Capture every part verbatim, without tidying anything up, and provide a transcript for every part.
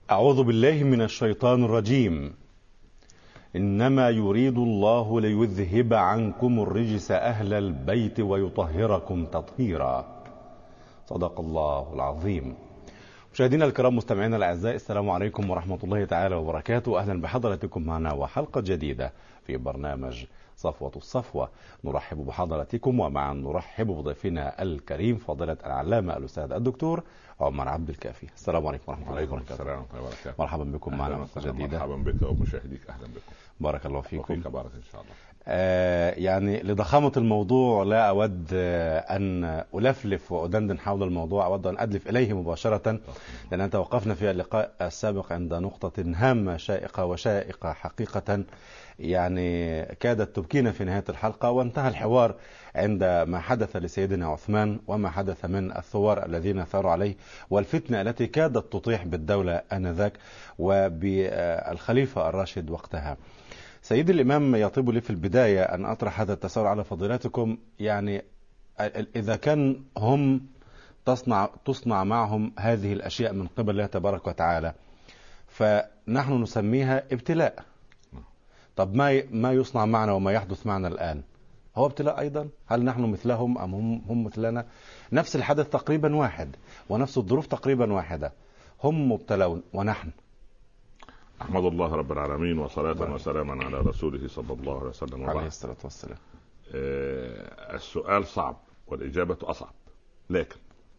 أعوذ بالله من الشيطان الرجيم. إنما يريد الله ليذهب عنكم الرجس أهل البيت ويطهركم تطهيرا. صدق الله العظيم. مشاهدينا الكرام، مستمعينا الأعزاء، السلام عليكم ورحمة الله تعالى وبركاته. أهلا بحضراتكم معنا وحلقة جديدة في برنامج صفوة الصفوة. نرحب بحضراتكم ومعا نرحب بضيفنا الكريم فضيلة العلامة الأستاذ الدكتور عمر عبد الكافي. السلام عليكم ورحمة الله وبركاته. السلام ورحمة الله وبركاته. مرحبا بكم معنا حلقة جديدة. مرحبا بك ومشاهديك، أهلا بكم. بارك الله فيكم. وفيك بارك إن شاء الله. آه يعني لضخامة الموضوع لا أود آه أن ألفلف وأدندن حول الموضوع، أود أن أدلف إليه مباشرة، لأننا توقفنا في اللقاء السابق عند نقطة هامة شائقة وشائقة حقيقة، يعني كادت تبكينا في نهاية الحلقة، وانتهى الحوار عند ما حدث لسيدنا عثمان وما حدث من الثوار الذين ثاروا عليه والفتنة التي كادت تطيح بالدولة آنذاك وبالخليفة الراشد وقتها. سيدي الإمام، يطيب لي في البداية أن أطرح هذا التساؤل على فضيلتكم، يعني إذا كان هم تصنع تصنع معهم هذه الأشياء من قبل الله تبارك وتعالى، فنحن نسميها ابتلاء. طب ما ما يصنع معنا وما يحدث معنا الآن هو ابتلاء أيضا؟ هل نحن مثلهم أم هم هم مثلنا؟ نفس الحدث تقريبا واحد ونفس الظروف تقريبا واحدة، هم مبتلون ونحن. أحمد الله رب العالمين وصلاة وسلاما على رسوله صلى الله عليه وسلم عليه الصلاة والسلام. آه السؤال صعب والإجابة أصعب، لكن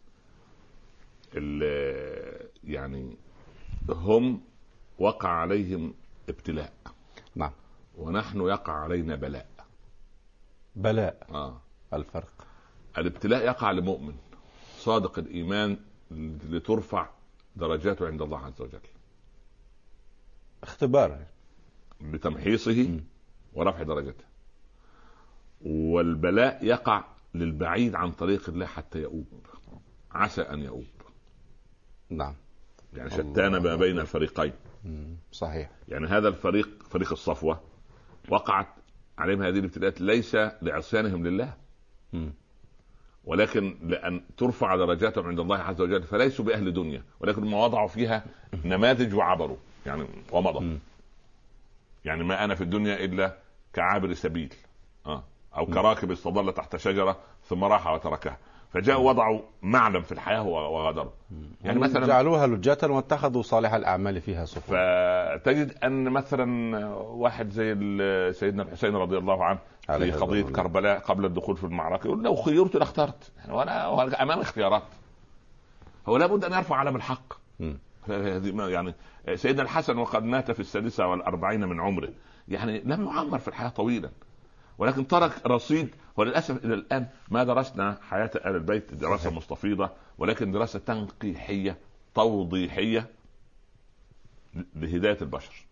يعني هم وقع عليهم ابتلاء، نعم، ونحن يقع علينا بلاء. بلاء آه. الفرق، الابتلاء يقع لمؤمن صادق الإيمان لترفع درجاته عند الله عز وجل، اختبار بتمحيصه م. ورفع درجته. والبلاء يقع للبعيد عن طريق الله حتى يؤوب، عسى أن يؤوب. نعم، يعني شتان ما بين الفريقين. صحيح. يعني هذا الفريق، فريق الصفوة، وقعت عليهم هذه الابتلاءات ليس لعصيانهم لله، م. ولكن لأن ترفع درجاتهم عند الله عز وجل، فليسوا بأهل دنيا، ولكن ما وضعوا فيها نماذج وعبروا يعني ومضى. م. يعني ما أنا في الدنيا إلا كعابر سبيل، آه. أو كراكب استظل تحت شجرة ثم راح وتركها، فجاءوا وضعوا معلم في الحياة وغادروا. يعني مثلا جعلوها لجة واتخذوا صالح الأعمال فيها سفن. فتجد أن مثلا واحد زي سيدنا الحسين رضي الله عنه في قضية كربلاء قبل الدخول في المعركة يقول لو خيرت لاخترت، يعني وأنا أمام اختيارات. هو لابد أن يرفع علم الحق. م. يعني سيدنا الحسن وقد مات في السادسة والأربعين من عمره، يعني لم يعمر في الحياة طويلا، ولكن ترك رصيد. وللأسف إلى الآن ما درسنا حياة آل البيت دراسة مستفيضة، ولكن دراسة تنقيحية توضيحية لهداية البشر.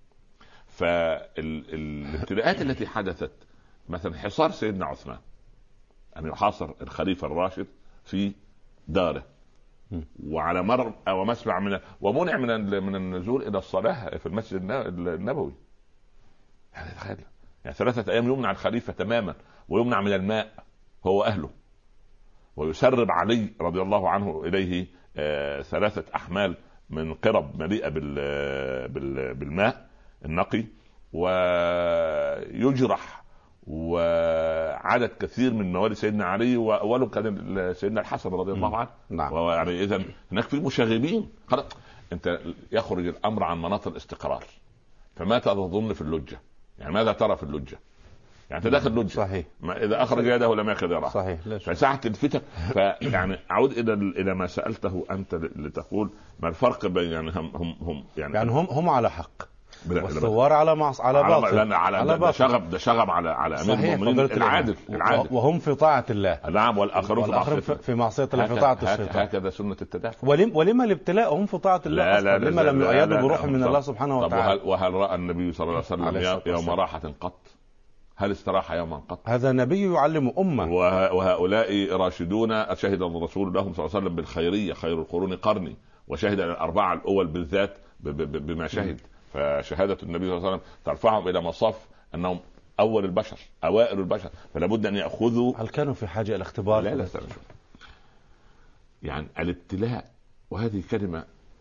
فالابتلاءات التي حدثت، مثلا حصار سيدنا عثمان، أن يحاصر الخليفة الراشد في داره، وعلى مر أو مسمع من ومنع من من النزول إلى الصلاة في المسجد النبوي. يعني تخيل، يعني ثلاثة أيام يمنع الخليفة تماما، ويمنع من الماء هو أهله، ويسرب علي رضي الله عنه إليه آه ثلاثة أحمال من قرب مليئة بالماء النقي، ويجرح وعدد كثير من موالي سيدنا علي، وأوله كان سيدنا الحسن رضي الله عنه. نعم. ويعني إذن هناك في مشاغبين. خلاص أنت يخرج الأمر عن مناط الاستقرار، فما تظن في اللجة؟ يعني ماذا ترى في اللجة؟ يعني تداخل لجة، صحيح، ما إذا أخرج يده لم يكد يراه. صحيح. فساعة الفتن. فيعني أعود إلى إلى ما سألته أنت لتقول ما الفرق بين يعني هم هم هم يعني, يعني هم هم على حق والثوار على معص على باطل. على, على, على ده شغب ده شغب على على أمير المؤمنين العادل العادل، وهم في طاعة الله. نعم، والآخرون في, في معصية الله، في طاعة الشيطان. هكذا سنة التدافع. ولم ولما الابتلاء هم في طاعة الله؟ لا لا لا لما لم يؤيدوا بروح من الله سبحانه وتعالى؟ وهل, وهل رأى النبي صلى الله عليه وسلم يوم راحة قط؟ هل استراح يوما قط؟ هذا نبي يعلم أمة، وهؤلاء راشدون شهد الرسول لهم صلى الله عليه وسلم بالخيرية، خير القرون قرني، وشهد الأربعة الأول بالذات بما شهد. فشهادة النبي صلى الله عليه وسلم ترفعهم إلى مصاف أنهم أول البشر، أوائل البشر، فلا بد أن يأخذوا. هل كانوا في حاجة إلى اختبار؟ لا لا يعني الابتلاء، وهذه كلمة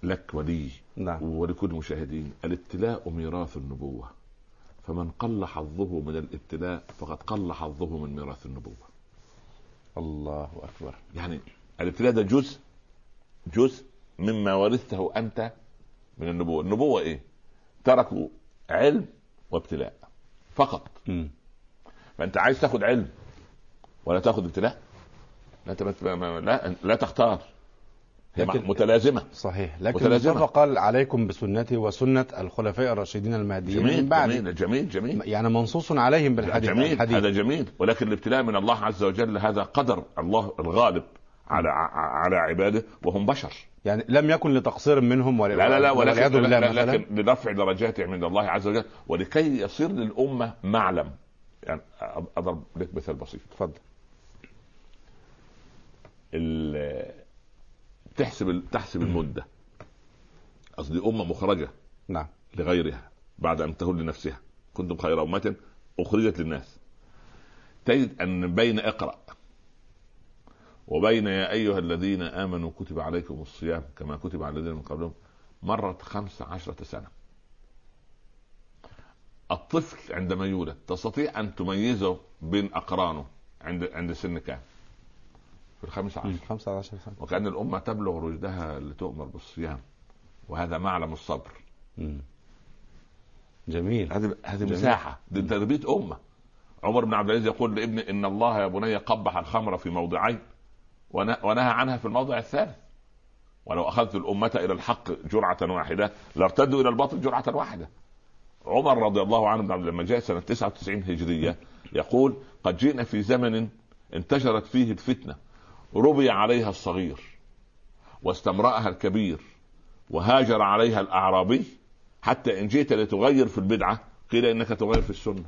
لك ولي نعم. ولكل مشاهدين، الابتلاء ميراث النبوة، فمن قل حظه من الابتلاء فقد قل حظه من ميراث النبوة. الله أكبر. يعني الابتلاء ده جزء جزء مما ورثته أنت من النبوة. النبوة إيه؟ تركوا علم وابتلاء فقط. م. فأنت عايز تاخد علم ولا تاخد ابتلاء؟ لا لا, لا تختار، هي متلازمة. صحيح. لكن المصطفى قال عليكم بسنتي وسنة الخلفاء الراشدين المهديين من بعد. جميل جميل جميل، يعني منصوص عليهم بالحديث. جميل الحديث. هذا جميل، ولكن الابتلاء من الله عز وجل، هذا قدر الله الغالب على على عباده وهم بشر. يعني لم يكن لتقصير منهم ولا لا لا لا ولكن, لا لا لكن لرفع درجاتهم عند الله عز وجل، ولكي يصير للأمة معلم. يعني أضرب لك مثال بسيط. تفضل. تحسب تحسب المدة، قصدي أمة مخرجة نعم لغيرها بعد أن تهل لنفسها، كنتم خير أمة أخرجت للناس. تجد أن بين اقرأ وبين يا أيها الذين آمنوا كتب عليكم الصيام كما كتب على الذين من قبلهم مرت خمس عشرة سنة. الطفل عندما يولد تستطيع أن تميزه بين أقرانه عند عند سن كام؟ في الخامس عشر. خمسة عشر سنة. وكأن الأمة تبلغ رشدها لتؤمر بالصيام، وهذا معلم الصبر. مم. جميل. هذه هذه مساحة، دي تربية أمة. عمر بن عبد العزيز يقول لابنه إن الله يا بني قبح الخمر في موضعين ونهى عنها في الموضع الثالث، ولو أخذت الأمة إلى الحق جرعة واحدة لارتدوا إلى الباطل جرعة واحدة. عمر رضي الله عنه لما جاء سنة تسعة وتسعين هجرية يقول قد جئنا في زمن انتشرت فيه الفتنة، ربي عليها الصغير واستمرأها الكبير وهاجر عليها الأعرابي، حتى إن جئت لتغير في البدعة قيل إنك تغير في السنة.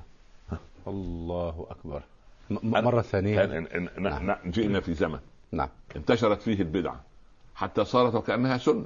الله أكبر. مرة ثانية. نعم. جئنا في زمن نعم. انتشرت فيه البدعة حتى صارت وكأنها سنة،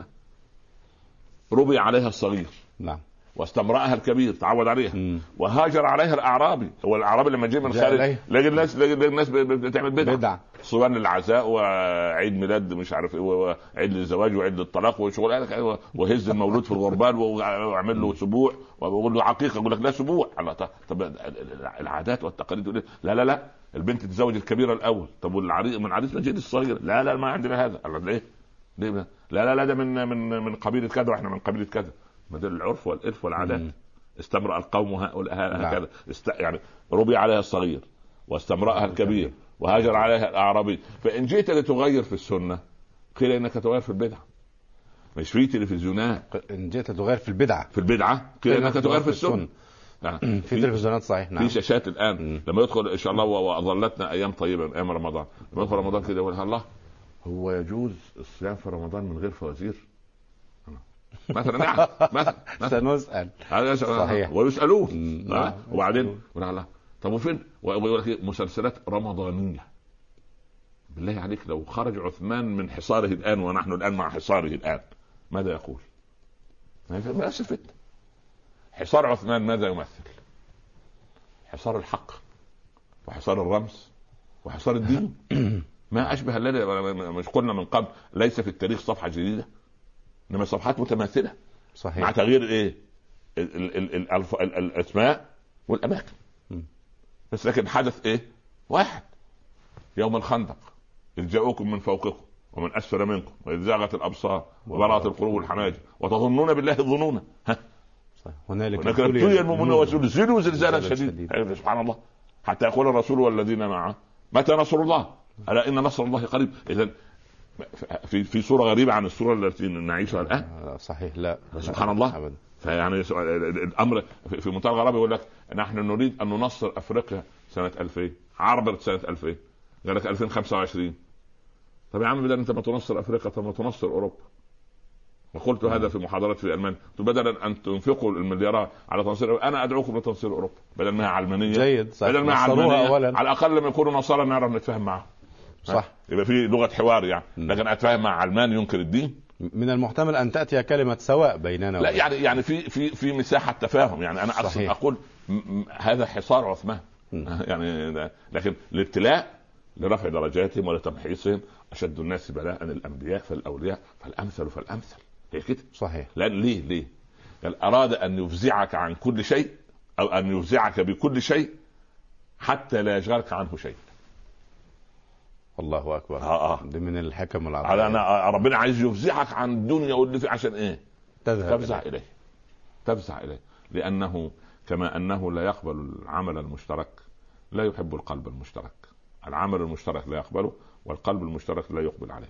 ربي عليها الصغير نعم واستمرأها الكبير تعود عليها، مم. وهاجر عليها الأعرابي. هو الأعرابي لما جاء من خارج لقى الناس لقى الناس بتعمل بدعة, بدعة. صوان للعزاء وعيد ميلاد مش عارف ايه وعيد للزواج وعيد للطلاق وشغل، وهز المولود في الغربال واعمل له سبوع وبقول له عقيقة، يقول لك لا سبوع. طب العادات والتقاليد لا لا لا البنت تتزوج الكبيرة الأول. طب والعريس من عريس مجيد الصغير لا لا ما عندنا هذا. ليه؟ ليه؟ لا لا لا ده من من من قبيلة كذا واحنا من قبيلة كذا. ما ده العرف والإرث والعادات. استمرأ القوم هكذا است... يعني ربي عليها الصغير واستمرأها الكبير وهاجر عليها الأعرابي. فإن جئت لتغير في السنة قيل إنك تغير في البدعة. مش في تلفزيونات إن جئت تغير في البدعة في البدعة قيل إنك تغير في السنة. يعني في, في تلفزيونات صحيح نعم. في شاشات الآن م. لما يدخل إن شاء الله وأظلتنا أيام طيبة أيام رمضان، لما يدخل رمضان كده يقول الله هو يجوز الصيام في رمضان من غير فوازير مثلا؟ نعم مثلا سنسأل صحيح ويسألوه نعم. وبعدين لا طب وفين ويقول لك مسلسلات رمضانية. بالله عليك لو خرج عثمان من حصاره الآن ونحن الآن مع حصاره الآن ماذا يقول؟ ما فتنة. حصار عثمان ماذا يمثل؟ حصار الحق وحصار الرمز وحصار الدين. ما أشبه الذي مش قلنا من قبل ليس في التاريخ صفحة جديدة إنما صفحات متماثلة صحيح. مع تغيير إيه ال ال ال ال الأسماء والأماكن م. بس لكن حدث إيه واحد. يوم الخندق إذ جاءوكم من فوقكم ومن أسفل منكم وإذ زاغت الأبصار وبلغت القلوب والحناجر وتظنون بالله الظنون. ها هنالك ابتلي المؤمنون وزلزلوا زلزالا شديدا. سبحان الله. حتى يقول الرسول والذين معه متى نصر الله ألا إن نصر الله قريب. إذن في في صورة غريبة عن الصورة التي نعيشها الآن. صحيح لا سبحان الله أبدا. فيعني الأمر في منتهى الغرابة. يقول لك نحن نريد أن ننصر أفريقيا سنة ألفين، عربت سنة ألفين، قال لك ألفين وخمسة وعشرين. طب يا عم بدل أنت ما تنصر أفريقيا طب ما تنصر أوروبا. وقلت هذا في محاضرات في ألمانيا، بدلا أن تنفقوا المليارات على تنصير أنا أدعوكم لتنصير أوروبا بدل ما هي علمانية. جيد صح. بدل ما هي علمانية على الأقل لما يكونوا نصارى نعرف نتفاهم معهم صح. يبقى في لغة حوار يعني. لكن أتفاهم مع علمان ينكر الدين من المحتمل أن تأتي كلمة سواء بيننا. لا يعني يعني في في في مساحة تفاهم يعني. أنا أقصد أقول هذا حصار عثمان يعني. لكن الابتلاء لرفع درجاتهم ولتمحيصهم. أشد الناس بلاء الأنبياء فالأولياء فالأمثل فالأمثل. هي كده صحيح. لا ليه ليه قال أراد أن يفزعك عن كل شيء أو أن يفزعك بكل شيء حتى لا يشغلك عنه شيء. الله أكبر. آه آه. ده من الحكم والعطايا. أنا ربنا عايز يفزعك عن الدنيا واللي فيه عشان إيه؟ تذهب تفزع إليه. إليه تفزع إليه لأنه كما أنه لا يقبل العمل المشترك لا يحب القلب المشترك. العمل المشترك لا يقبله والقلب المشترك لا يقبل عليه.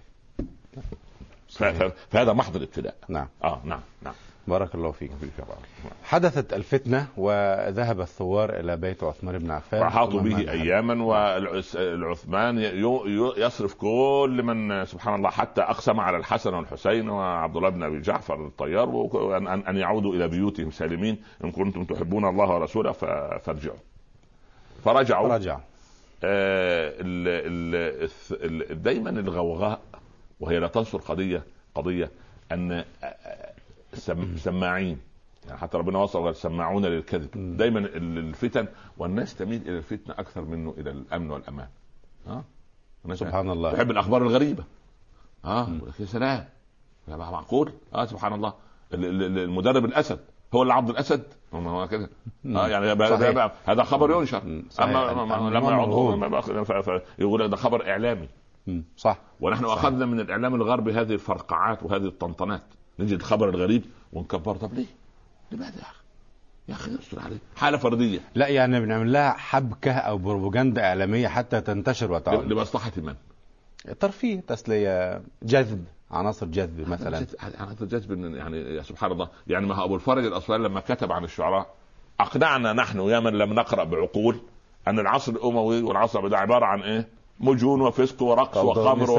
فهذا محض الابتلاء. نعم. آه نعم نعم. بارك الله فيك. حدثت الفتنة وذهب الثوار إلى بيت عثمان بن عفان وحاطوا به أياما، والعثمان يصرف كل من سبحان الله حتى أقسم على الحسن والحسين وعبد الله بن أبي جعفر الطيار أن يعودوا إلى بيوتهم سالمين إن كنتم تحبون الله ورسوله فارجعوا. فرجعوا. فرجع. آه ال ال ال دايما الغوغاء وهي لا تنصر قضية قضية أن سماعين، يعني حتى ربنا وصل سماعون للكذب. دايما الفتن والناس تميل الى الفتنه اكثر منه الى الامن والامان. ها أه؟ سبحان الله. تحب الاخبار الغريبه. ها أه؟ يا سلام يا معقول. اه سبحان الله. المدرب الاسد هو اللي عض الاسد هو كده. اه يعني هذا خبر ينشر. اما لما يعضوه يقول ده خبر اعلامي. صح. ونحن صحيح. اخذنا من الاعلام الغربي هذه الفرقعات وهذه الطنطنات، نجد الخبر الغريب ونكبر. طب ليه؟ لماذا يا اخي؟ يا اخي استر عليه حاله فرديه. لا يعني بنعمل لها حبكه او بروباغندا اعلاميه حتى تنتشر وتعود. لمصلحه من؟ ترفيه، تسليه، جذب، عناصر جذب مثلا. عناصر جذب يعني سبحان الله. يعني ما ابو الفرج الاصفهاني لما كتب عن الشعراء اقنعنا نحن يا من لم نقرا بعقول ان العصر الاموي والعصر ده عباره عن ايه؟ مجون وفسق ورقص وخمر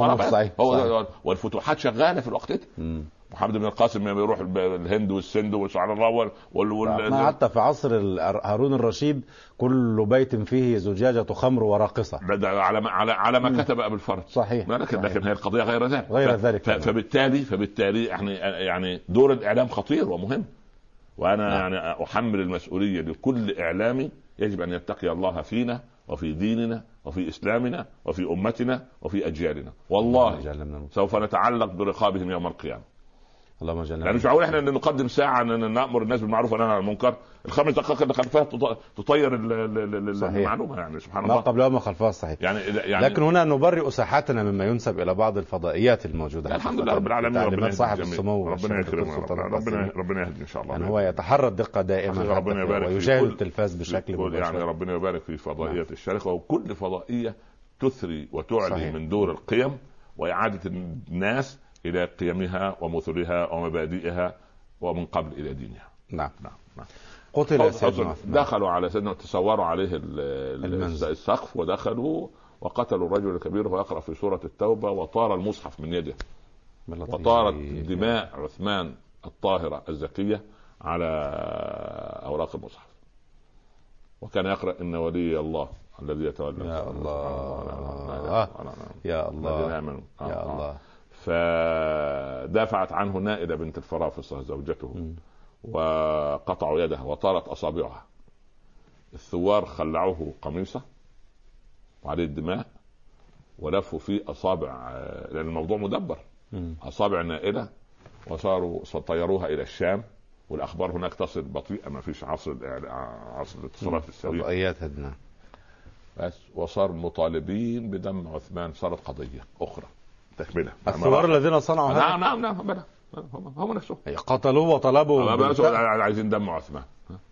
وخمر. والفتوحات شغاله في الوقت ده. محمد بن القاسم يروح الهند والسند وسبحان الله وال... وال... حتى في عصر هارون الرشيد كل بيت فيه زجاجة خمر وراقصة. على ما على على ما كتب ابو الفرج. صحيح. لكن صحيح. لكن هي القضية غير ذلك. غير ف... ذلك. ف... فبالتالي فبالتالي يعني يعني دور الاعلام خطير ومهم. وانا نعم. يعني احمل المسؤولية لكل اعلامي يجب ان يتقي الله فينا وفي ديننا وفي اسلامنا وفي امتنا وفي اجيالنا. والله سوف نتعلق برقابهم يوم القيامة. اللهم جل. يعني مش معقول احنا نقدم ساعه ان نامر الناس بالمعروف وننهى عن المنكر، الخمس دقائق اللي خلفها تطير المعلومه. يعني سبحان الله. ما قبلها ما خلفها صحيح. يعني, يعني لكن هنا نبرئ ساحاتنا مما ينسب الى بعض الفضائيات الموجوده. الحمد لله رب العالمين. ربنا صاحب السمو ربنا يكرمه. ربنا ربنا يهدي ان شاء الله. يعني هو يتحرى الدقه دائما ربنا يبارك ويشاهد التلفاز بشكل مباشر. يعني ربنا يبارك في فضائيات الشركه وكل فضائيه تثري وتعلي صحيح. من دور القيم واعاده الناس إلى قيمها ومثلها ومبادئها ومن قبل إلى دينها. نعم نعم, نعم. قتل سيدنا دخلوا على سيدنا تصوروا عليه السقف ودخلوا وقتلوا الرجل الكبير وهو يقرأ في سورة التوبة وطار المصحف من يده وطارت دماء عثمان الطاهرة الزكية على أوراق المصحف وكان يقرأ إن ولي الله الذي يتولى. يا الله يا الله يا الله. فدافعت عنه نائلة بنت الفرافصة زوجته م. وقطعوا يدها وطارت أصابعها. الثوار خلعوه قميصه وعليه الدماء ولفوا فيه أصابع، لأن الموضوع مدبر. م. أصابع نائلة وصاروا طيروها إلى الشام. والأخبار هناك تصل بطيئة، ما فيش عصر عصر الاتصالات السريعة. فضائيات هدنا بس وصار مطالبين بدم عثمان. صارت قضية أخرى تكملة. الثوار الذين صنعوا هذا. نعم نعم نعم بلا. هم نفسهم قتلوه وطلبوا عايزين دم عثمان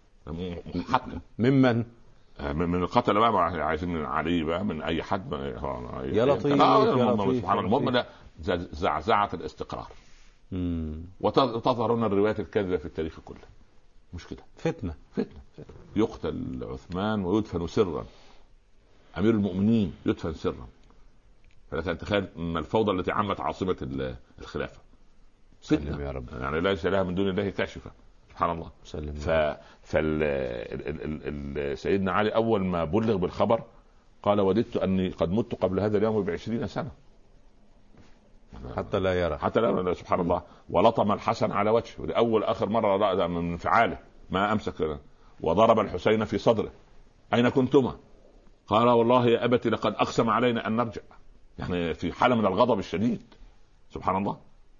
حتى ممن من القتل بقى عايزين من علي بقى من اي حد يا لطيف يا لطيف. سبحان الله. المهم ده زعزعة الاستقرار وتظهر لنا الروايات الكاذبة في التاريخ كله. مشكلة فتنة فتنة يقتل عثمان ويدفن سرا. امير المؤمنين يدفن سرا. فلا تتخيل ما الفوضى التي عمت عاصمة الخلافة. سلم يا رب. يعني ليس لها من دون الله كاشفة. سبحان الله. سلم. ف فال سيدنا علي أول ما بلغ بالخبر قال وددت أني قد مت قبل هذا اليوم بعشرين سنة. حتى لا يرى حتى لا يرى. سبحان الله. ولطم الحسن على وجهه لأول آخر مرة رأى من انفعاله ما أمسك لنا. وضرب الحسين في صدره. أين كنتما؟ قال والله يا أبتي لقد أقسم علينا أن نرجع. يعني في حالة من الغضب الشديد. سبحان الله.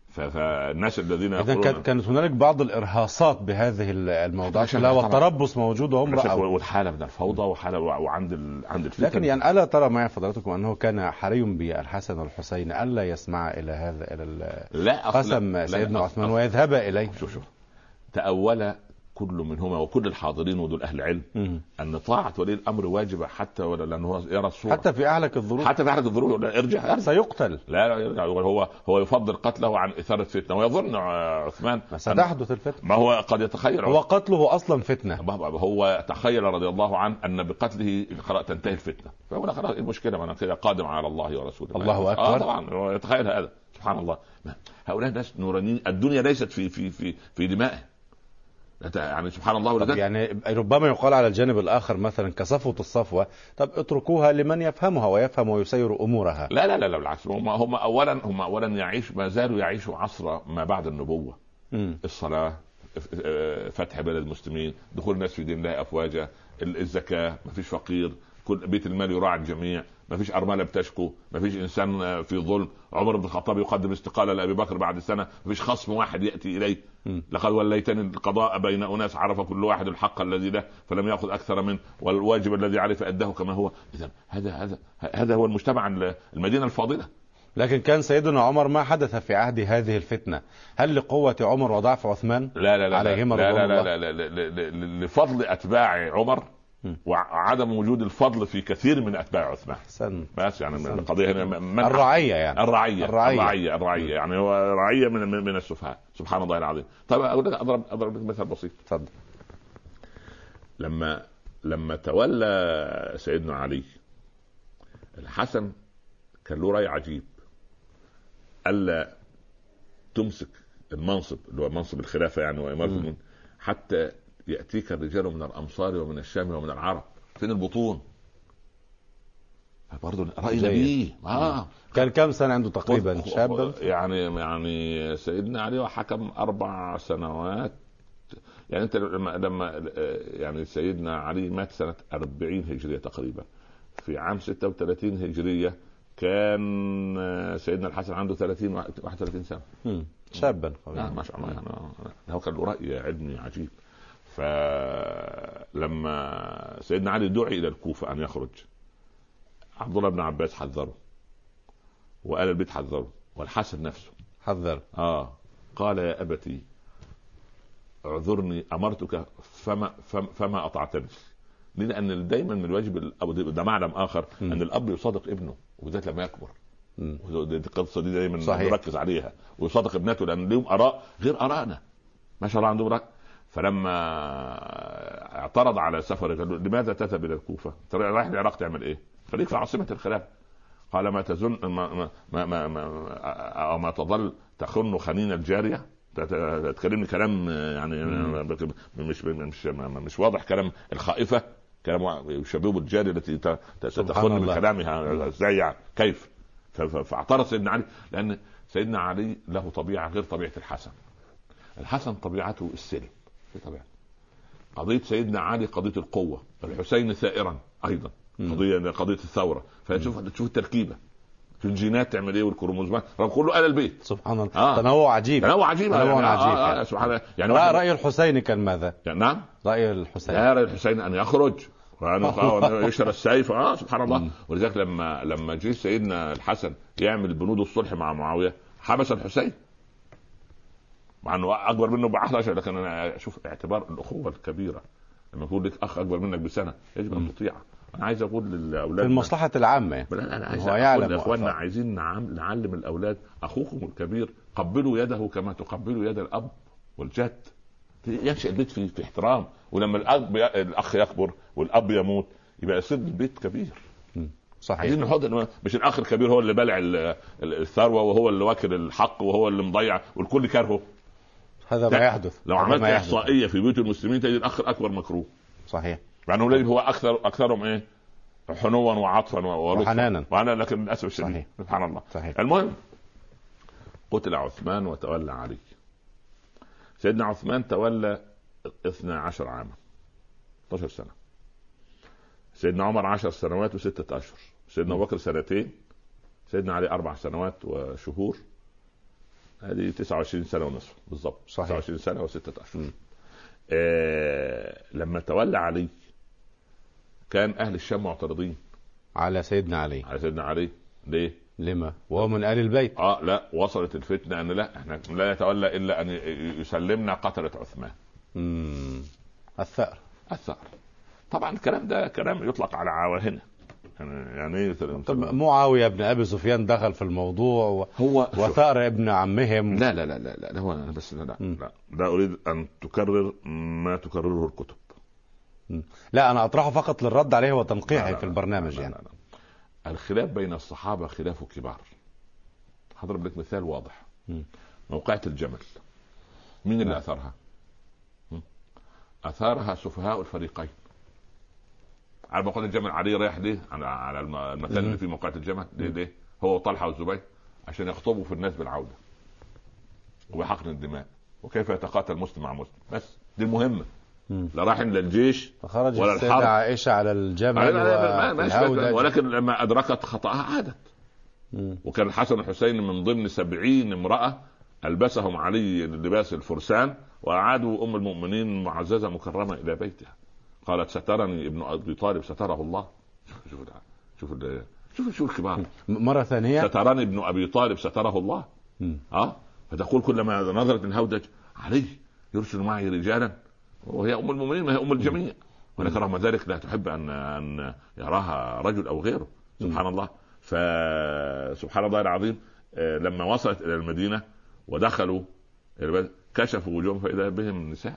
فالناس الذين إذا كانت كانت هنالك بعض الارهاصات بهذه الموضوعات كلها والتربص موجود وهم رأوا، والحاله من الفوضى وحاله وعند ال... عند الفتن. لكن يعني الا ترى معي فضلاتكم انه كان حري بالحسن والحسين الا يسمع الى هذا الى قسم سيدنا عثمان ويذهب اليه؟ شوف شوف تأول كل منهما وكل الحاضرين ودول اهل العلم م- ان طاعه ولي الامر واجبه حتى ولا لانه هو يرى الصوره، حتى في اهلك الظروف، حتى في اهلك الظروف ارجع, ارجع سيقتل. لا لا يرجع، هو هو يفضل قتله عن اثاره فتنه، ويظن عثمان ما ستحدث الفتنه. ما هو قد يتخيل هو قتله اصلا فتنه، هو تخيل رضي الله عنه ان بقتله تنتهي الفتنه، فهو خلاص المشكله انا كده قادم على الله ورسوله. الله اكبر. آه طبعا هو يتخيل هذا. سبحان الله، هؤلاء الناس نورانيين، الدنيا ليست في في في في دمائه يعني. سبحان الله. يعني ربما يقال على الجانب الآخر مثلا كصفوة الصفوة، طب اتركوها لمن يفهمها ويفهم ويسير أمورها. لا لا لا, لا بالعكس، هم, هم أولا هم أولا يعيش ما زالوا يعيشوا عصر ما بعد النبوة. م. الصلاة، فتح بلد المسلمين، دخول الناس في دين الله أفواجا، الزكاة، ما فيش فقير، كل بيت المال يراعي الجميع، ما فيش أرملة بتشكو، ما فيش إنسان في ظلم. عمر بن الخطاب يقدم استقالة لأبي بكر بعد سنة، ما فيش خصم واحد يأتي إليه. م. لقد وليتني القضاء بين أناس عرف كل واحد الحق الذي له فلم يأخذ أكثر منه، والواجب الذي عليه فأداه كما هو. إذن هذا هذا هذا هو المجتمع المدينة الفاضلة. لكن كان سيدنا عمر ما حدث في عهد هذه الفتنة، هل لقوة عمر وضعف عثمان؟ لا لا لا عليهما لا لا, لا, لا, لا, لا, لا لفضل أتباع عمر وعدم وجود الفضل في كثير من أتباع عثمان. سن. بس يعني سن. القضية هنا من الرعية يعني الرعية الرعية الرعية, الرعية. يعني هو رعية من من السفهاء. سبحان الله العظيم. طيب أضرب أضرب لك مثال بسيط. تفضل. لما لما تولى سيدنا علي، الحسن كان له رأي عجيب، ألا تمسك المنصب اللي هو منصب الخلافة يعني وإمارة الملك حتى يأتيك الرجال من الأمصار ومن الشام ومن العرب. فين البطون؟ برضو رأي نبيه. آه. كان كم سنة عنده تقريبا شابا؟ يعني يعني سيدنا علي وحكم أربع سنوات. يعني أنت لما لما يعني سيدنا علي مات سنة أربعين هجرية تقريبا، في عام ستة وثلاثين هجرية كان سيدنا الحسن عنده ثلاثين واحد وثلاثين سنة. مم. شابا. آه ما شاء الله. يعني هو كان له رأي علمي عجيب. فلما سيدنا علي دعي إلى الكوفة أن يخرج، عبد الله بن عباس حذره، وآل البيت حذره، والحسن نفسه حذر. آه قال يا أبتي اعذرني أمرتك فما فما, فما أطعتني. لأن دايما من الواجب الأب، ده معلم آخر م. أن الأب يصادق ابنه وبالذات لما يكبر. القصة دي دايما نركز عليها، ويصادق ابنته لأن لهم آراء غير آرائنا ما شاء الله عندهم رأي. فلما اعترض على سفر قال له لماذا تذهب الى الكوفه؟ ترى رايح العراق تعمل ايه؟ خليك في عاصمه الخلافه. قال ما تظن ما ما ما, ما, أو ما تظل تخن خنين الجاريه، تكلمني كلام يعني مش مش مش واضح، كلام الخائفه، كلام يشبهه بالجاريه التي تتخن من كلامها ازاي يعني كيف؟ فاعترض سيدنا علي لان سيدنا علي له طبيعه غير طبيعه الحسن. الحسن طبيعته السلم في طبيعة. قضية سيدنا علي قضية القوة، الحسين ثائرا أيضا قضية قضية الثورة. فتشوف تشوف التركيبة في الجينات تعمل ايه والكروموزومات رغم كله آل البيت. سبحان الله. آه. تنوع عجيب. تنوع عجيب. تنوع يعني عجيب. آه آه آه سبحان الله. يعني رأي, رأي الحسين كان ماذا؟ يعني نعم. رأي الحسين. لا رأي الحسين أن يخرج وأن يشر السيف. آه سبحان الله. ولذلك لما لما جه سيدنا الحسن يعمل بنود الصلح مع معاوية حبس الحسين مع انه اكبر منه بعشرة عشر، لكن انا اشوف اعتبار الاخوه الكبيره لما يكون لك اخ اكبر منك بسنه يجب ان تطيعه. انا عايز اقول للاولاد المصلحه العامه. لا انا عايز اقول لاخواننا عايزين نعلم الاولاد اخوكم الكبير قبلوا يده كما تقبلوا يد الاب والجد. ينشأ البيت في, في احترام، ولما الاب الاخ يكبر والاب يموت يبقى يصير البيت كبير. صحيح. عايزين نحط مش الاخ الكبير هو اللي بلع الثروه وهو اللي واكل الحق وهو اللي مضيع والكل كارهه. هذا ما يحدث. لو عملت احصائيه في بيوت المسلمين تجد الاخ الاكبر مكروه. صحيح. مع انه هو اكثر اكثرهم ايه حنوا وعطفا وحنانا، وانا لكن للاسف الشديد سبحان الله. صحيح. المهم قتل عثمان وتولى علي. سيدنا عثمان تولى اثني عشر عاما اثني عشر سنه. سيدنا عمر عشر سنوات وستة اشهر. سيدنا ابو بكر سنتين. سيدنا علي اربع سنوات وشهور. هذه تسعة وعشرين سنة ونصف بالضبط. صحيح. تسعة وعشرين سنة وستة أشهر. آه لما تولى علي كان أهل الشام معترضين على سيدنا علي. على سيدنا علي ليه؟ لما؟ وهو من آل البيت. اه لا، وصلت الفتنة ان لا، احنا لا يتولى الا ان يسلمنا قتلة عثمان. امم الثأر. الثأر. طبعا الكلام ده كلام يطلق على عواهنه يعني. طب معاوية بن ابي سفيان دخل في الموضوع و... هو وثأر ابن عمهم. لا لا لا لا لا هو انا بس لا لا, لا لا اريد ان تكرر ما تكرره الكتب. م. لا انا اطرحه فقط للرد عليه وتنقيحه في البرنامج. لا لا يعني لا لا. الخلاف بين الصحابة خلاف كبار. هضرب لك مثال واضح. م. موقعة الجمل مين اللي اثرها؟ اثارها سفهاء الفريقين. على موقعة الجمل علي رايح ليه على المكان اللي فيه موقعة الجمل ليه ليه هو وطلحة والزبير عشان يخطبوا في الناس بالعودة وبحقن الدماء وكيف يتقاتل مسلم مع مسلم. بس دي المهمة. لا راح للجيش فخرج ولا السيدة الحرب. عائشة على الجمل و... ولكن لما أدركت خطأها عادت. مم. وكان الحسن والحسين من ضمن سبعين امرأة ألبسهم علي لباس الفرسان وأعادوا أم المؤمنين معززة مكرمة إلى بيتها. قالت سترني ابن أبي طالب ستره الله. شوف شوف شوف شوف شوف الكبار. مرة ثانية سترني ابن أبي طالب ستره الله. اه فتقول كلما نظرت من هودج علي يرسل معي رجالا وهي أم المؤمنين وهي أم الجميع ولكن رغم ذلك لا تحب أن أن يراها رجل أو غيره. سبحان الله. فسبحان الله العظيم. لما وصلت إلى المدينة ودخلوا كشفوا وجوههم فإذا بهم نساء.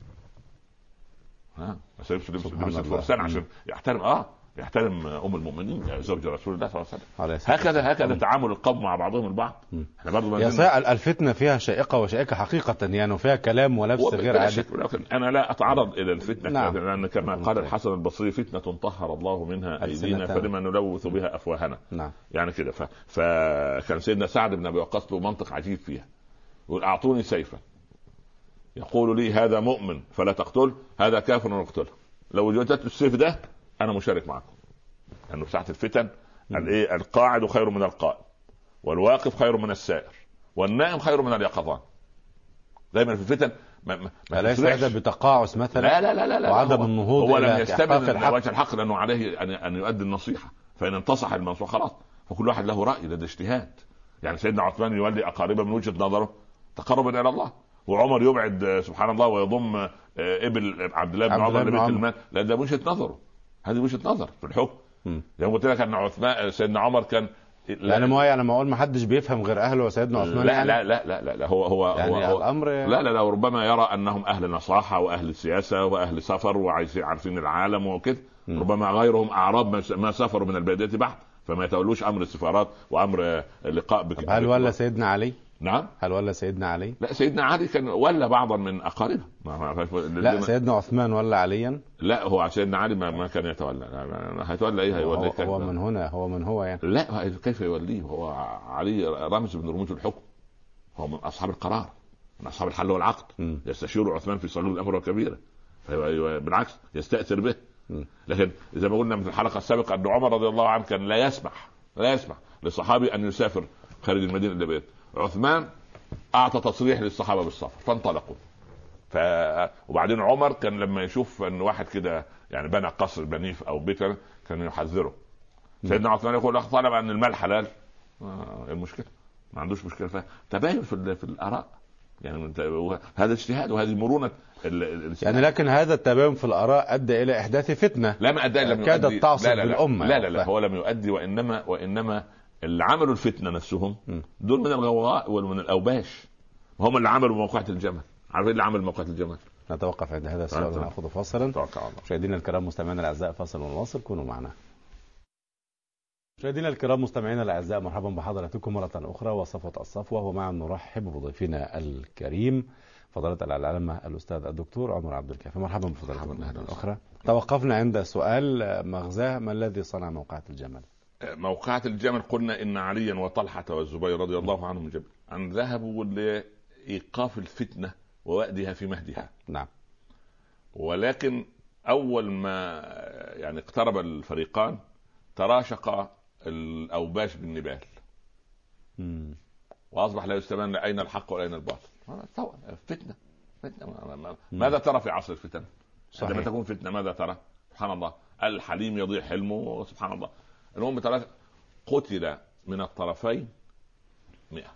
ها بس لبس لبس الفرسان عشان يحترم اه يحترم ام المؤمنين زوج رسول الله صلى الله عليه وسلم. هكذا هكذا تعامل القوم مع بعضهم البعض. احنا برضه يا صحيح الفتنه فيها شائقه وشائكه حقيقه يعني وفيها كلام ولبس غير عادي. ولكن انا لا اتعرض الى الفتنه. نعم. لان كما قال الحسن البصري فتنه طهر الله منها ايدينا فلما نلوث بها افواهنا. نعم. يعني كده ف... فكان سيدنا سعد بن ابي وقاص له منطق عجيب فيها. يقول اعطوني سيفا يقول لي هذا مؤمن فلا تقتله هذا كافر نقتله. لو وجدت السيف ده انا مشارك معكم. لانه يعني ساعه الفتن الايه القاعد خير من القائم والواقف خير من السائر والنائم خير من اليقظان. دايما في الفتن ما ما ليس هذا بتقاعس مثلا. لا لا لا, لا وعدم هو النهوض. هو لم يستبد وجه الحق لانه عليه ان ان يؤدي النصيحه فان انتصح المنصوح خلاص. فكل واحد له راي لدى اجتهاد. يعني سيدنا عثمان يولي اقاربه من وجهه نظره تقربا الى الله وعمر يبعد سبحان الله ويضم ابن عبد الله بن عمر لبيت المال. لا ده وجهه نظره. هذه وجهه نظر في الحكم. زي ما قلت لك ان عثمان سيدنا عمر كان يعني ما يعني ما اقول ما حدش بيفهم غير اهله وسيدنا عثمان. لا, يعني لا لا لا لا لا هو هو يعني هو الامر لا لا لا ربما يرى انهم اهل نصاحه واهل سياسه واهل سفر وعايزين عارفين العالم وكده. ربما غيرهم اعراب ما سافروا من الباديه بعد فما يتولوش امر السفارات وامر اللقاء بك. هل ولا سيدنا علي؟ نعم. هل ولا سيدنا علي؟ لا سيدنا علي كان ولا بعضا من اقاربه. لا سيدنا عثمان ولا عليا؟ لا هو سيدنا علي ما, ما كان يتولى. هيتولى ايه؟ هيولي هو, هو من هنا هو من هو يعني. لا كيف يوليه؟ هو علي رمز من رموز الحكم. هو من اصحاب القرار من اصحاب الحل والعقد. م. يستشير عثمان في صغير الامر والكبيره بالعكس يستأثر به. م. لكن اذا ما قلنا في الحلقه السابقه ان عمر رضي الله عنه كان لا يسمح لا يسمح للصحابي ان يسافر خارج المدينه النبويه. عثمان اعطى تصريح للصحابه بالسفر فانطلقوا. ف... وبعدين عمر كان لما يشوف ان واحد كده يعني بنى قصر بنيف او بيتا كان يحذره. سيدنا عثمان يقول طالب ان المال حلال آه المشكله ما عندوش مشكله. فتباين في, في الاراء يعني هذا اجتهاد وهذه مرونه ال... يعني. لكن هذا التباين في الاراء ادى الى احداث فتنه. لا ما ادى لم كادت تعصب لا لا بالامه. لا لا, لا, لا هو لم يؤدي وانما وانما اللي عملوا الفتنه نفسهم دول من الغواء ومن الاوباش هم اللي عملوا موقعة الجمل. عارفين اللي عمل موقعة الجمل؟ نتوقف عند هذا السؤال ونأخذ فاصلا. مشاهدينا الكرام مستمعينا الاعزاء فاصل ونواصل كونوا معنا. مشاهدينا الكرام مستمعينا الاعزاء مرحبا بحضراتكم مره اخرى وصفوه الصفوه ومع نرحب بضيفنا الكريم فضيله العلامه الاستاذ الدكتور عمر عبد الكافي. مرحبا بفضيلتكم مره اخرى. توقفنا عند سؤال مغزاه ما الذي صنع موقعة الجمل؟ موقعة الجمل قلنا ان عليا وطلحة والزبير رضي الله عنهم جميعا ان ذهبوا لايقاف الفتنة ووأدها في مهدها. نعم. ولكن اول ما يعني اقترب الفريقان تراشق الاوباش بالنبال. مم. واصبح لا يستبان اين الحق واين الباطل. فتنه فتنه. ماذا ترى في عصر الفتن؟ عندما تكون فتنه ماذا ترى؟ سبحان الله، الحليم يضيع حلمه. سبحان الله. المهم ترى قتل من الطرفين مئة.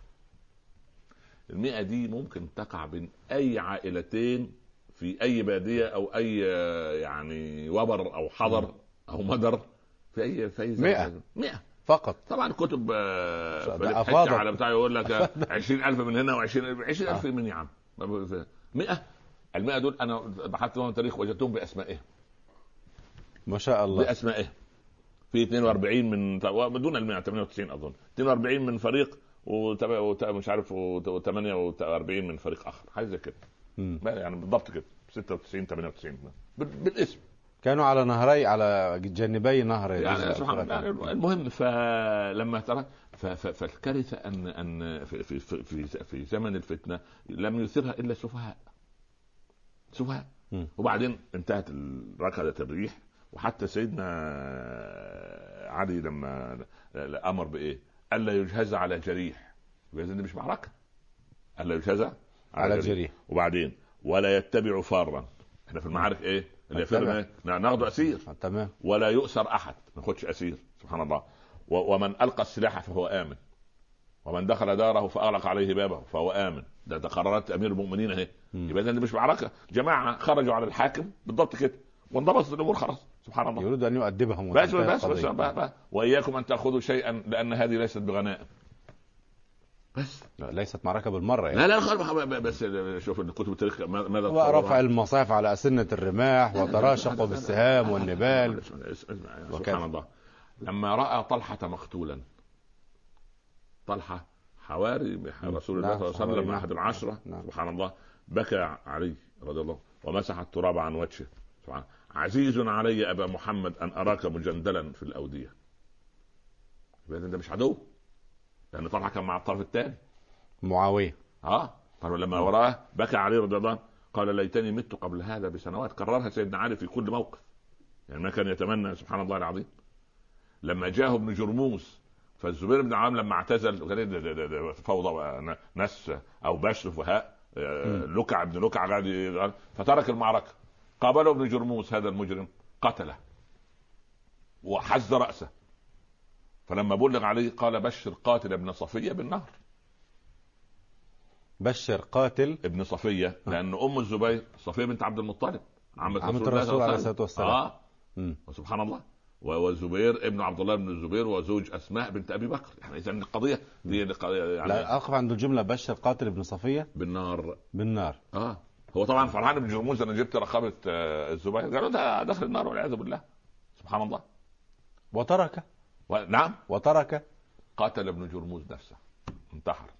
المئة دي ممكن تقع بين اي عائلتين في اي باديه او اي يعني وبر او حضر او مدر في اي في اي مئة مئة فقط. طبعا كتب على بتاع يقول لك عشرين ألف من هنا وعشرين عشرين ألف من يا عم. مئة. المئة دول انا بحثت لهم تاريخ وجدتهم باسمائهم ما شاء الله، باسمائهم. في اثنين وأربعين من بدون المئة ثمانية وتسعين اظن، اثنين وأربعين من فريق ومش عارف وثمانية وأربعين من فريق اخر، حاجه زي كده يعني بالضبط كده، ستة وتسعين ثمانية وتسعين بالاسم. كانوا على نهري على جانبي نهر يعني سبحان الله. يعني المهم فلما ترى فالكارثه ان ان في في في في زمن الفتنه لم يثيرها الا السفهاء. سفهاء. وبعدين انتهت ركضت الريح. وحتى سيدنا علي لما امر بايه؟ الا يجهز على جريح. باذن مش معركه، الا يجهز على, على جريح. وبعدين ولا يتبع فارا. احنا في المعارك ايه اللي يفرنا ناخذ اسير. تمام. ولا يؤسر احد، ما ناخذش اسير. سبحان الله. ومن القى السلاح فهو امن، ومن دخل داره فاغلق عليه بابه فهو امن. ده, ده قرارات امير المؤمنين اهي. يبقى ده مش معركه، جماعه خرجوا على الحاكم بالضبط كده وانضبطت الامور خلاص. سبحان الله. يريد ان يؤدبهم بس بس, بس, بس واياكم ان تاخذوا شيئا لان هذه ليست بغنائم. بس لا ليست معركه بالمره يعني. لا لا خلاص. بس شوف كتب التاريخ ماذا ورفع المصاحف على اسنه الرماح وتراشقوا بالسهام والنبال. سبحان الله. لما راى طلحه مقتولا، طلحه حواري رسول الله صلى الله عليه وسلم احد العشره. سبحان الله. بكى علي رضي الله ومسح التراب عن وجهه. سبحان الله. عزيز علي ابا محمد ان اراك مجندلا في الاوديه. يبقى ده مش عدو، لان طلحه كان مع الطرف الثاني معاويه. اه فلما وراه بكى علي رضي الله عنه قال ليتني مت قبل هذا بسنوات. كررها سيدنا علي في كل موقف، يعني ما كان يتمنى. سبحان الله العظيم. لما جاءه ابن جرموس فالزبير بن عوام لما اعتزل وقال فوضى ناس او بشر فهاء لكع ابن لكع قاعد فترك المعركه. قابله ابن جرموس هذا المجرم قتله وحز رأسه. فلما بلغ عليه قال بشر قاتل ابن صفية بالنهر. بشر قاتل ابن صفية لأن أم الزبير صفية بنت عبد المطلب عمة رسول الله عليه الصلاة والسلام. آه. وسبحان الله. والزبير ابن عبد الله بن الزبير وزوج أسماء بنت أبي بكر. يعني إذا القضية دي يعني لا أقف عند الجملة بشر قاتل ابن صفية بالنار. بالنار. آه هو طبعا فرحان ابن جرموز أنا جبت رقبة الزبير، قالوا ده دخل النار والعياذ بالله. سبحان الله. وترك و... نعم وترك قاتل ابن جرموز نفسه، انتحر.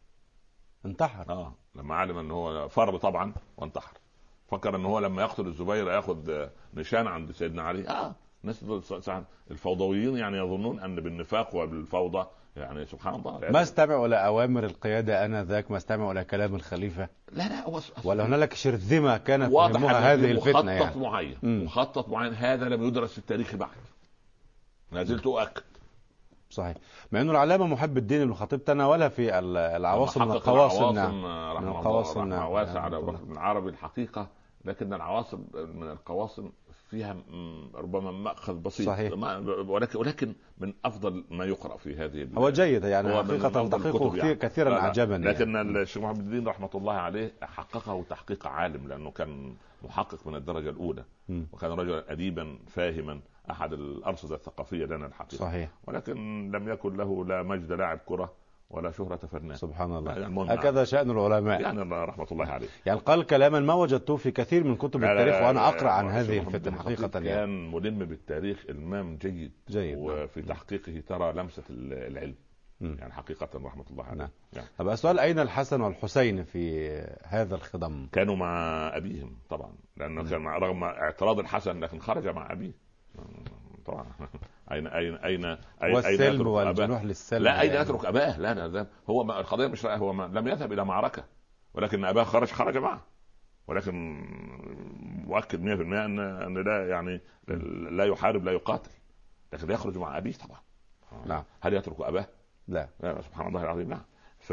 انتحر اه لما علم ان هو فر طبعا وانتحر. فكر ان هو لما يقتل الزبير ياخذ نشان عند سيدنا علي. اه ناس الفوضويين يعني يظنون ان بالنفاق وبالفوضى يعني سبحان الله ما استمعوا الى اوامر القياده انذاك، ما استمعوا الى كلام الخليفه. لا لا هو ولا هنالك شرذمه كانت تهمها هذه الفتنه يعني. مخطط معين م. مخطط معين هذا لم يدرس في التاريخ بعد. ما زلت اؤكد. صحيح. مع انه العلامه محب الدين ابن الخطيب تناولها في العواصم من القواصم. نعم. من القواصم نعم. واسع على العربي الحقيقه، لكن العواصم من القواصم فيها ربما مأخذ بسيط. صحيح. ولكن ولكن من افضل ما يقرأ في هذه. هو جيد يعني حقيقه تحقيقه كثير كثيرا اعجبني. لكن يعني. الشيخ محمد الدين رحمه الله عليه حققه تحقيق عالم، لانه كان محقق من الدرجه الاولى. م. وكان رجلا اديبا فاهما، احد الارصده الثقافيه لنا الحقيقه. صحيح. ولكن لم يكن له لا مجد لاعب كره ولا شهرة فنان. سبحان الله. يعني هكذا شأن العلماء يعني رحمة الله عليه. يعني قال كلاما ما وجدته في كثير من كتب التاريخ وانا اقرا عن هذه الفتنه حقيقه. كان يعني. ملم بالتاريخ المام جيد, جيد. وفي تحقيقه ترى لمسة العلم. م. يعني حقيقة رحمة الله عليه. نعم. يعني. طب السؤال أين الحسن والحسين في هذا الخضم؟ كانوا مع أبيهم طبعا، لأنه م. كان رغم اعتراض الحسن لكن خرج مع أبيه طبعا. أين أين أين والسلم والجنوح للسلم. لا أين يترك يعني. أباه لا لا هو ما القضية مش هو ما لم يذهب إلى معركة، ولكن أباه خرج خرج معه. ولكن مؤكد مئة بالمئة أن أن لا يعني لا يحارب لا يقاتل، لكن يخرج مع أبيه طبعا. نعم. هل يترك أباه؟ لا. لا سبحان الله العظيم. لا. ف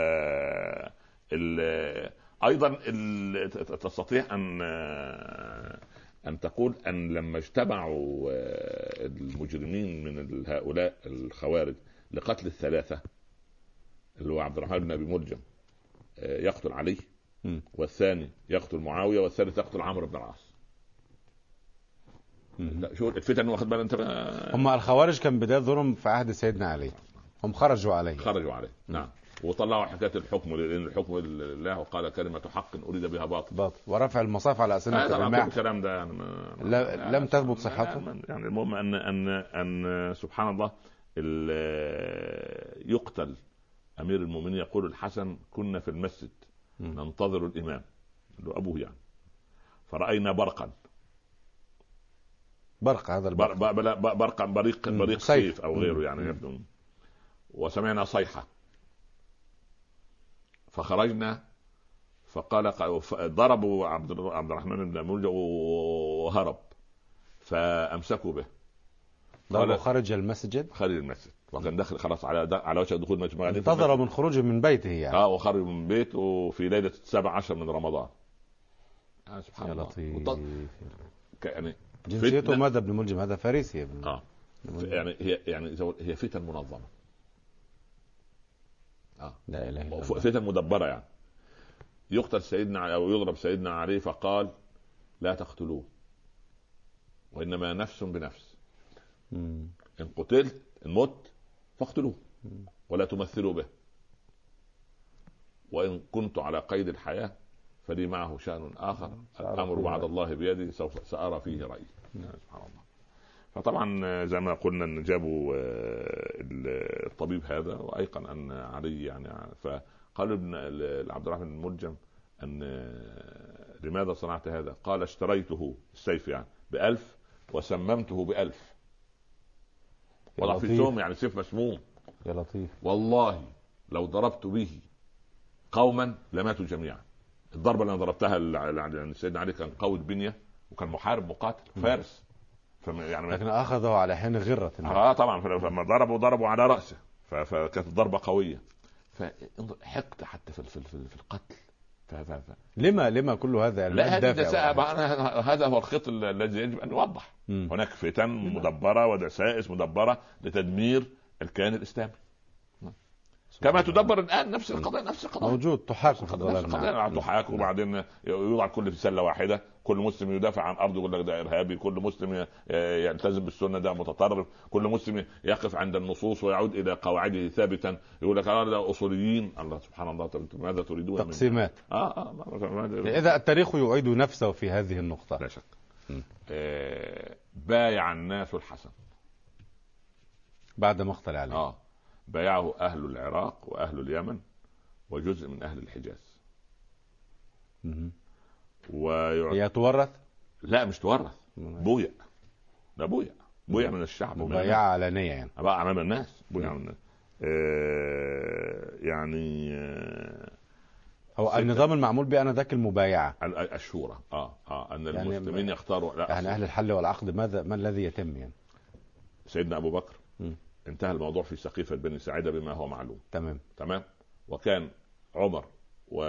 ال... ايضا ال... تستطيع ان ان تقول ان لما اجتمعوا المجرمين من هؤلاء الخوارج لقتل الثلاثه، اللي هو عبد الرحمن بن ابي ملجم يقتل علي، والثاني يقتل معاويه، والثالث يقتل عمرو بن العاص. شو الفتن، واخد بالك انت؟ هم الخوارج كان بدايه ظهورهم في عهد سيدنا علي، هم خرجوا عليه خرجوا عليه نعم، وطلعوا حكايه الحكم، لان الحكم لله وقال كلمه حق اريد بها باطل باطل ورفع المصاف على اسنه الرماح. الكلام ده يعني ما لا لم تثبت صحته. يعني المهم ان ان ان سبحان الله يقتل امير المؤمنين. يقول الحسن: كنا في المسجد ننتظر الامام، اللي ابوه يعني، فراينا برقا برق هذا البرق برقا برقا بريق بريق سيف او غيره يعني يبدو، وسمعنا صيحه فخرجنا، فقال ضربوا عبد الرحمن بن ملجم وهرب، فامسكوا به. ضربوا خارج المسجد، خارج المسجد، وكان داخل خلاص على على وشك دخول مسجد، انتظر من خروجه من بيته يعني. اه وخرج من بيته في ليله السابع عشر من رمضان. آه سبحان يا الله. لطيف. وط... يعني جنسيته ماذا ابن ملجم؟ هذا فارسي ابن اه يعني هي يعني هي فتن منظمه. اه لا اله الا الله. فتن مدبره يعني. يقتل سيدنا او يضرب سيدنا علي، فقال: لا تقتلوه، وانما نفس بنفس. مم. ان قتلت الموت فاقتلوه ولا تمثلوا به، وان كنت على قيد الحياه فلي معه شأن اخر، الامر بعد الله بيدي، سوف سأرى فيه رأيي. سبحان الله. فطبعا زي ما قلنا ان جابوا الطبيب هذا وايقن ان علي يعني، فقال ابن عبد الرحمن بن ملجم ان لماذا صنعت هذا؟ قال: اشتريته السيف يعني بألف وسممته بألف. وضع في سوم يعني سيف مسموم. يا لطيف. والله لو ضربت به قوما لماتوا جميعا. الضربه اللي انا ضربتها يعني سيدنا علي كان قوي البنيه، وكان محارب مقاتل فارس، يعني لكن اخذه على حين غره. اه طبعا، فلما ضربوا ضربوا على راسه، فكانت الضربه قويه. فحقد حتى في في في القتل. ف ف ف لما لما كل هذا؟ لا هذا هو الخط الذي يجب ان يوضح. م. هناك فتن مدبره ودسائس مدبره لتدمير الكيان الاسلامي، كما تدبر الان نفس القضيه نفس القضيه موجود، تحاك في الظلام، تحاك، وبعدين يوضع كل في سله واحده، كل مسلم يدافع عن ارضه يقول لك ده ارهابي، كل مسلم يلتزم بالسنه ده متطرف، كل مسلم يقف عند النصوص ويعود الى قواعده ثابتا يقول لك اه ده اصوليين. الله سبحان الله، ماذا تريدون؟ تقسيمات. اه اه اذا التاريخ يعيد نفسه في هذه النقطه. لا شك. آه بايع الناس الحسن بعد مقتل علي. اه بايعه أهل العراق وأهل اليمن وجزء من أهل الحجاز. ويعط... هي تورث؟ لا مش تورث، بويع. لا بويع بويع من الشعب، مبايعة علنية يعني بقى أمام الناس. بويع من الناس. آه يعني آه هو النظام المعمول به أنا ذاك المبايعة الشورى اه اه أن يعني المسلمين يختاروا. لا يعني أهل الحل والعقد ماذا ما الذي يتم يعني؟ سيدنا أبو بكر م. انتهى الموضوع في سقيفة بني ساعدة بما هو معلوم. تمام تمام. وكان عمر و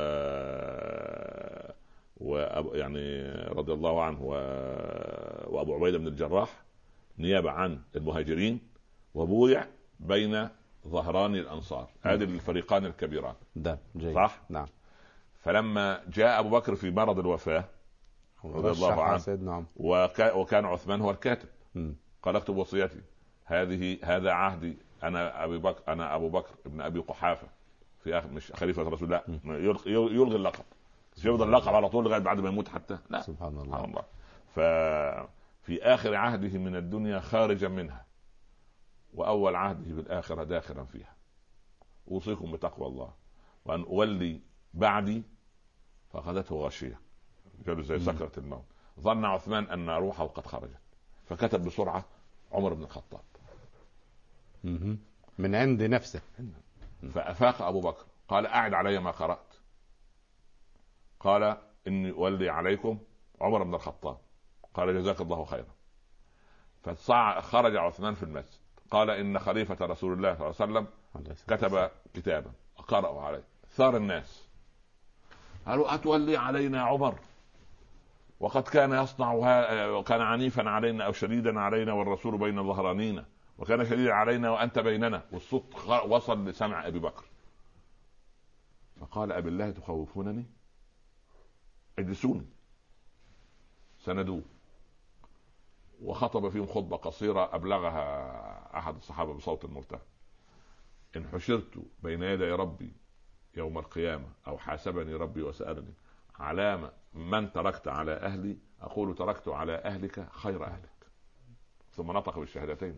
و يعني رضي الله عنه و... وابو عبيدة بن الجراح نيابة عن المهاجرين، وبويع بين ظهران الانصار. هذه الفريقان الكبيران. ده جيد. صح. نعم. فلما جاء ابو بكر في مرض الوفاة رضي الله عنه نعم. وك... وكان عثمان هو الكاتب. م. قال: اكتب وصيتي، هذه هذا عهدي انا ابي بكر انا ابو بكر ابن ابي قحافه في اخر مش خليفه رسول الله، يلغي, يلغي اللقب، يفضل اللقب على طول لغايه بعد ما يموت حتى. لا سبحان الله. سبحان الله. ففي اخر عهده من الدنيا خارجا منها، واول عهده بالاخره داخلا فيها. اوصيكم بتقوى الله وان اولي بعدي فاخذته غاشيه، قالوا زي سكره الموت. ظن عثمان ان روحه قد خرجت، فكتب بسرعه عمر بن الخطاب من عند نفسه. فأفاق أبو بكر قال: أعد علي ما قرأت. قال: إني أولي عليكم عمر بن الخطاب. قال: جزاك الله خيرا. فخرج عثمان في المسجد قال: إن خليفة رسول الله صلى الله عليه وسلم كتب كتابا قرأوا عليه ثار الناس، قالوا أتولي علينا يا عمر وقد كان يصنع وكان عنيفا علينا أو شديدا علينا والرسول بين ظهرانينا وكان شديدا علينا وأنت بيننا. والصوت وصل لسمع أبي بكر، فقال أبي الله تخوفونني؟ اجلسوني. سندوه وخطب فيهم خطبة قصيرة أبلغها أحد الصحابة بصوت مرتفع: إن حشرت بين يدي ربي يوم القيامة أو حاسبني ربي وسألني على من تركت على أهلي أقول تركت على أهلك خير أهلك. ثم نطق بالشهادتين.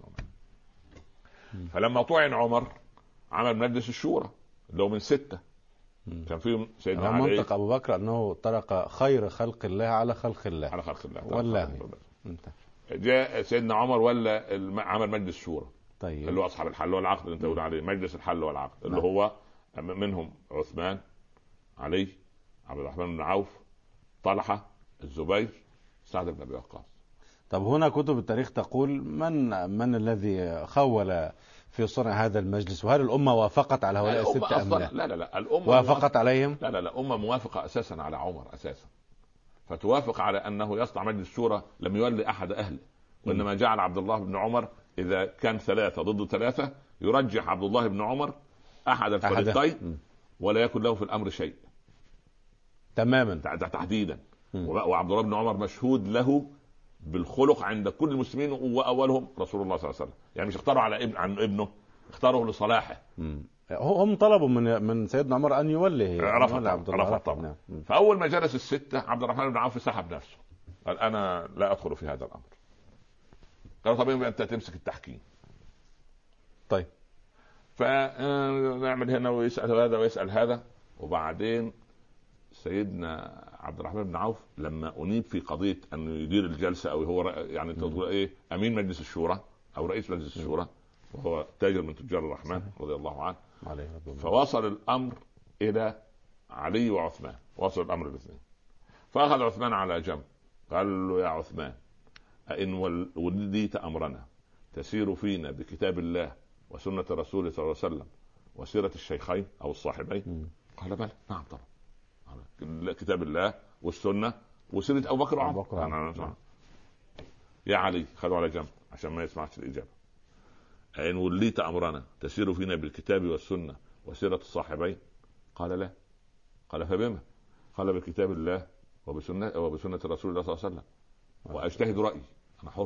فلما طعن عمر عمل مجلس الشورى اللي هو من ستة، كان فيهم سيدنا علي. منطق أبو بكر أنه ترك خير خلق الله على خلق الله على خلق الله والله. جاء سيدنا عمر ولا عمل مجلس شورى، طيب. اللي هو أصحاب الحل والعقد اللي انت تقول عليه، مجلس الحل والعقد اللي نعم. هو منهم عثمان، علي، عبد الرحمن بن عوف، طلحة، الزبير، سعد بن أبي وقاص. طب هنا كتب التاريخ تقول من من الذي خول في صنع هذا المجلس، وهل الأمة وافقت على هؤلاء الستة أم لا؟ لا لا لا الأمة وافقت عليهم؟ لا لا لا الأمة موافقة أساسا على عمر أساسا، فتوافق على أنه يصنع مجلس شورى لم يولي أحد أهله، وإنما جعل عبد الله بن عمر إذا كان ثلاثة ضد ثلاثة يرجح عبد الله بن عمر أحد الفريقين ولا يكن له في الأمر شيء تماما تحديدا. وعبد الله بن عمر مشهود له بالخلق عند كل المسلمين وأولهم رسول الله صلى الله عليه وسلم، يعني مش اختاروا على ابن عن ابنه، اختاروا لصلاحه. هم طلبوا من من سيدنا عمر أن يولي رفض عبد الله رفض طبعا. فأول ما جلس الستة عبد الرحمن بن عوف سحب نفسه، قال أنا لا أدخل في هذا الأمر. قالوا طبيعي أنت تمسك التحكيم. طيب فنعمل هنا ويسأل هذا ويسأل هذا. وبعدين سيدنا عبد الرحمن بن عوف لما أنيب في قضية أن يدير الجلسة أو هو يعني تقول إيه أمين مجلس الشورى أو رئيس مجلس الشورى، وهو تاجر من تجار الرحمن رضي الله عنه، فوصل الأمر إلى علي وعثمان، وصل الأمر الاثنين. فأخذ عثمان على جنب قال له يا عثمان أئن ولديت أمرنا تسير فينا بكتاب الله وسنة رسوله صلى الله عليه وسلم وسيرة الشيخين أو الصاحبين؟ قال بلى نعم طبعا، كتاب الله والسنة وسيرة أبو بكر وعمر. يا علي خذوا على جنب عشان ما يسمعش الإجابة. أئن وليت أمرنا تسير فينا بالكتاب والسنة وسيرة الصاحبين؟ قال لا. قال فبما؟ قال بكتاب الله وبسنة وبسنة رسول الله صلى الله عليه وسلم وأجتهد رأيي أنا حر.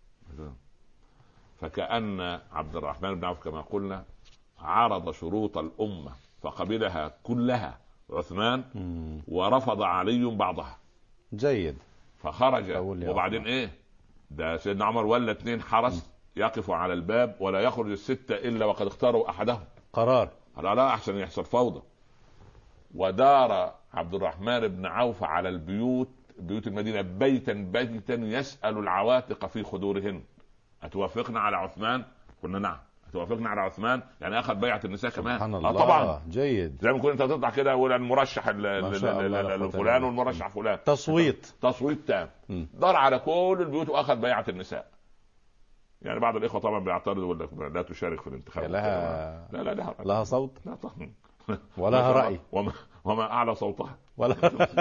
فكأن عبد الرحمن بن عوف كما قلنا عرض شروط الأمة فقبلها كلها عثمان ورفض علي بعضها. جيد. فخرج. وبعدين ايه ده سيدنا عمر ولا اتنين حرس يقفوا على الباب ولا يخرج الستة الا وقد اختاروا احدهم. قرار. لا لا احسن يحصل فوضى. ودار عبد الرحمن بن عوف على البيوت بيوت المدينة بيتا بيتا يسأل العواتق في خدورهن اتوافقنا على عثمان؟ قلنا نعم. توافقنا على عثمان يعني اخذ بيعة النساء كمان. سبحان الله. آه طبعا. جيد. زي ما كنت انت تطلع كده ولا المرشح الفلان والمرشح فلان تصويت تصويت تام. دار على كل البيوت واخذ بيعة النساء. يعني بعض الاخوه طبعا بيعترضوا يقول لك لا تشارك في الانتخابات. لها لا لا لها, لها صوت. لا طبعا. ولها رأي. وما, وما اعلى صوتها. ولا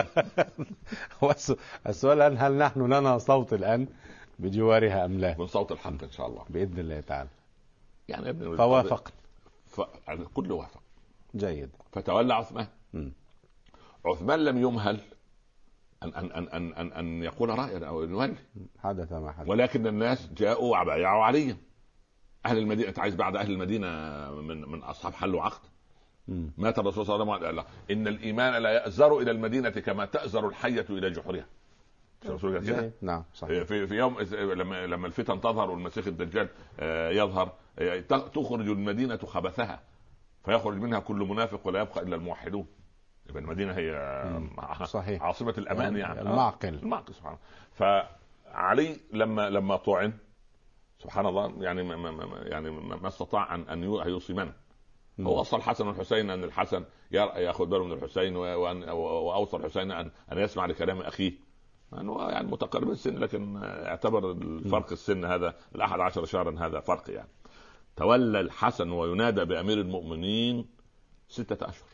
السؤال هل نحن لنا صوت الان بجوارها ام لا؟ من صوت الحق ان شاء الله باذن الله تعالى. يعني ابن فوافق. ف... كله وافق. جيد. فتولى عثمان. م. عثمان لم يمهل أن أن أن أن أن, أن يقول رأيا أو يولي. حدث ما حدث. ولكن الناس جاءوا وبايعوا عليا. أهل المدينة أنت عايز بعد أهل المدينة من من أصحاب حل وعقد. م. مات الرسول صلى الله عليه وسلم قال إن الإيمان لا يأزر إلى المدينة كما تأزر الحية إلى جحرها. نعم صحيح. في في يوم لما لما الفتن تظهر والمسيح الدجال يظهر تخرج المدينة خبثها فيخرج منها كل منافق ولا يبقى إلا الموحدون. يبقى المدينة هي صحيح. عاصمة الأمان يعني المعقل. المعقل سبحان الله. فعلي لما لما طعن سبحان الله يعني ما ما يعني ما استطاع أن أن يوصي منه. هو وصى الحسن والحسين أن الحسن يأخذ باله من الحسين وأوصى الحسين أن أن يسمع لكلام أخيه أنه يعني متقارب السن لكن اعتبر الفرق السن هذا الأحد عشر شهرا هذا فرق يعني. تولى الحسن وينادى بأمير المؤمنين ستة أشهر.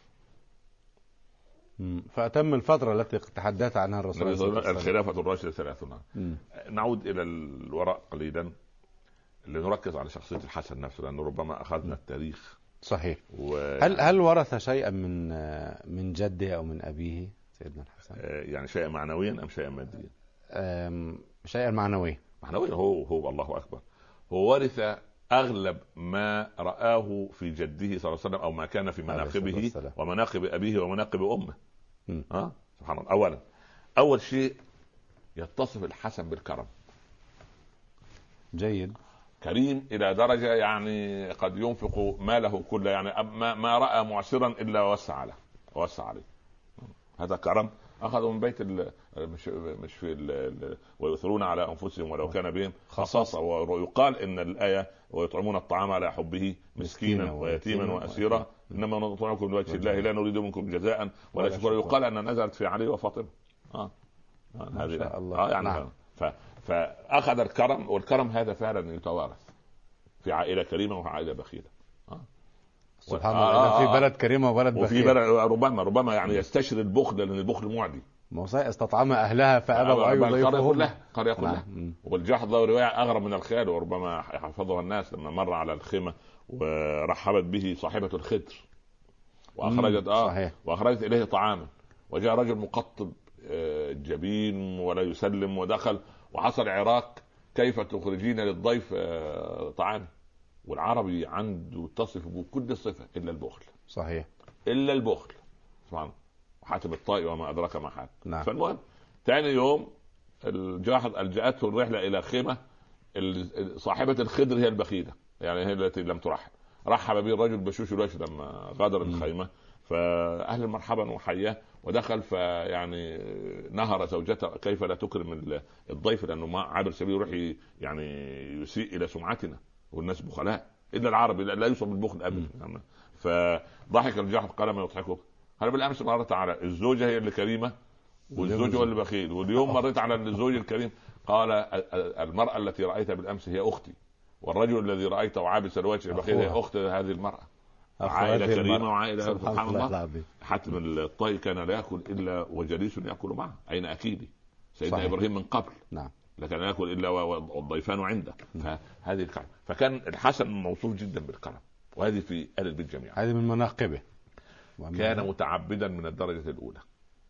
فأتم الفترة التي تحدث عنها الرسول صلى الله عليه وسلم. الخلافة الراشدة ثلاثون. نعود إلى الوراء قليلا لنركز على شخصية الحسن نفسه، لأنه ربما أخذنا التاريخ. صحيح. و... هل هل ورث شيئا من من جده أو من أبيه سيدنا الحسن؟ يعني شيئا معنويا أم شيئا ماديا؟ شيئا معنويا. معنويا. هو هو الله أكبر، هو ورث أغلب ما رآه في جده صلى الله عليه وسلم، أو ما كان في مناقبه ومناقب أبيه ومناقب أمه. ها سبحان الله. أولا أول شيء يتصف الحسن بالكرم. جيد. كريم إلى درجة يعني قد ينفق ماله كله، يعني ما, ما رأى معسرا إلا وسع عليه ووسع عليه. هذا كرم أخذوا من بيت ال مش مش في ال ويؤثرون على أنفسهم ولو كان بهم خصاصة. ويقال إن الآية ويطعمون الطعام على حبه مسكينا ويتيما وأسيرا إنما نطعمكم لوجه الله لا نريد منكم جزاء ولا شكرا. يقال أن نزلت في علي وفاطمة. آه. هذه آه يعني نعم. ف فأخذ الكرم، والكرم هذا فعلا يتوارث في عائلة كريمة وعائلة بخيلة. آه. سبحان الله. آه في بلد كريمة وبلد بخيل، وفي بلد ربما ربما يعني يستشري البخل، لأن البخل معدي. موسى استطعم أهلها فأبوا أن يضيفوهم. قرية كلها. والجاحظ له رواية أغرب من الخيال، وربما يحفظها الناس، لما مر على الخيمة ورحبت به صاحبة الخدر وأخرجت آه صحيح. وأخرجت إليه طعاما، وجاء رجل مقطب جبين ولا يسلم، ودخل وحصل عراك كيف تخرجين للضيف طعام. والعربي عنده تصف بكل صفة إلا البخل. صحيح. إلا البخل. سبحان الله. حاتم الطائي وما أدرك ما حاتم. نعم. فالمهم ثاني يوم الجاحظ ألجأته الرحلة إلى خيمة صاحبة الخدر هي البخيلة، يعني هي التي لم ترحب. رحب به الرجل بشوش الوجه لما غادر الخيمة، فأهل مرحبا وحياه، ودخل فيعني نهر زوجته كيف لا تكرم الضيف، لأنه ما عابر سبيل يروح يعني يسيء إلى سمعتنا والناس بخلاء، إلا العربي لا يوصف بالبخل أبدا. يعني فضحك الجاحظ قال ما يضحكه؟ قال بالأمس مرت على الزوجة هي اللي كريمة والزوج هو اللي بخيل، واليوم مريت على الزوج الكريم. قال المرأة التي رأيتها بالأمس هي أختي، والرجل الذي رأيته عابس الوجه البخيل هي أخت هذه المرأة. عائلة كريمة وعائلة سبحان الله. حتى من الطي كان لا يأكل إلا وجليس يأكل معه. أين أكيدي سيدنا صحيح. إبراهيم من قبل نعم لكن لا يأكل إلا والضيفان عنده. فهذه الكرم. فكان الحسن موصوف جدا بالكرم، وهذه في آل البيت جميعا. هذه من مناقبه. كان متعبدا من الدرجة الأولى.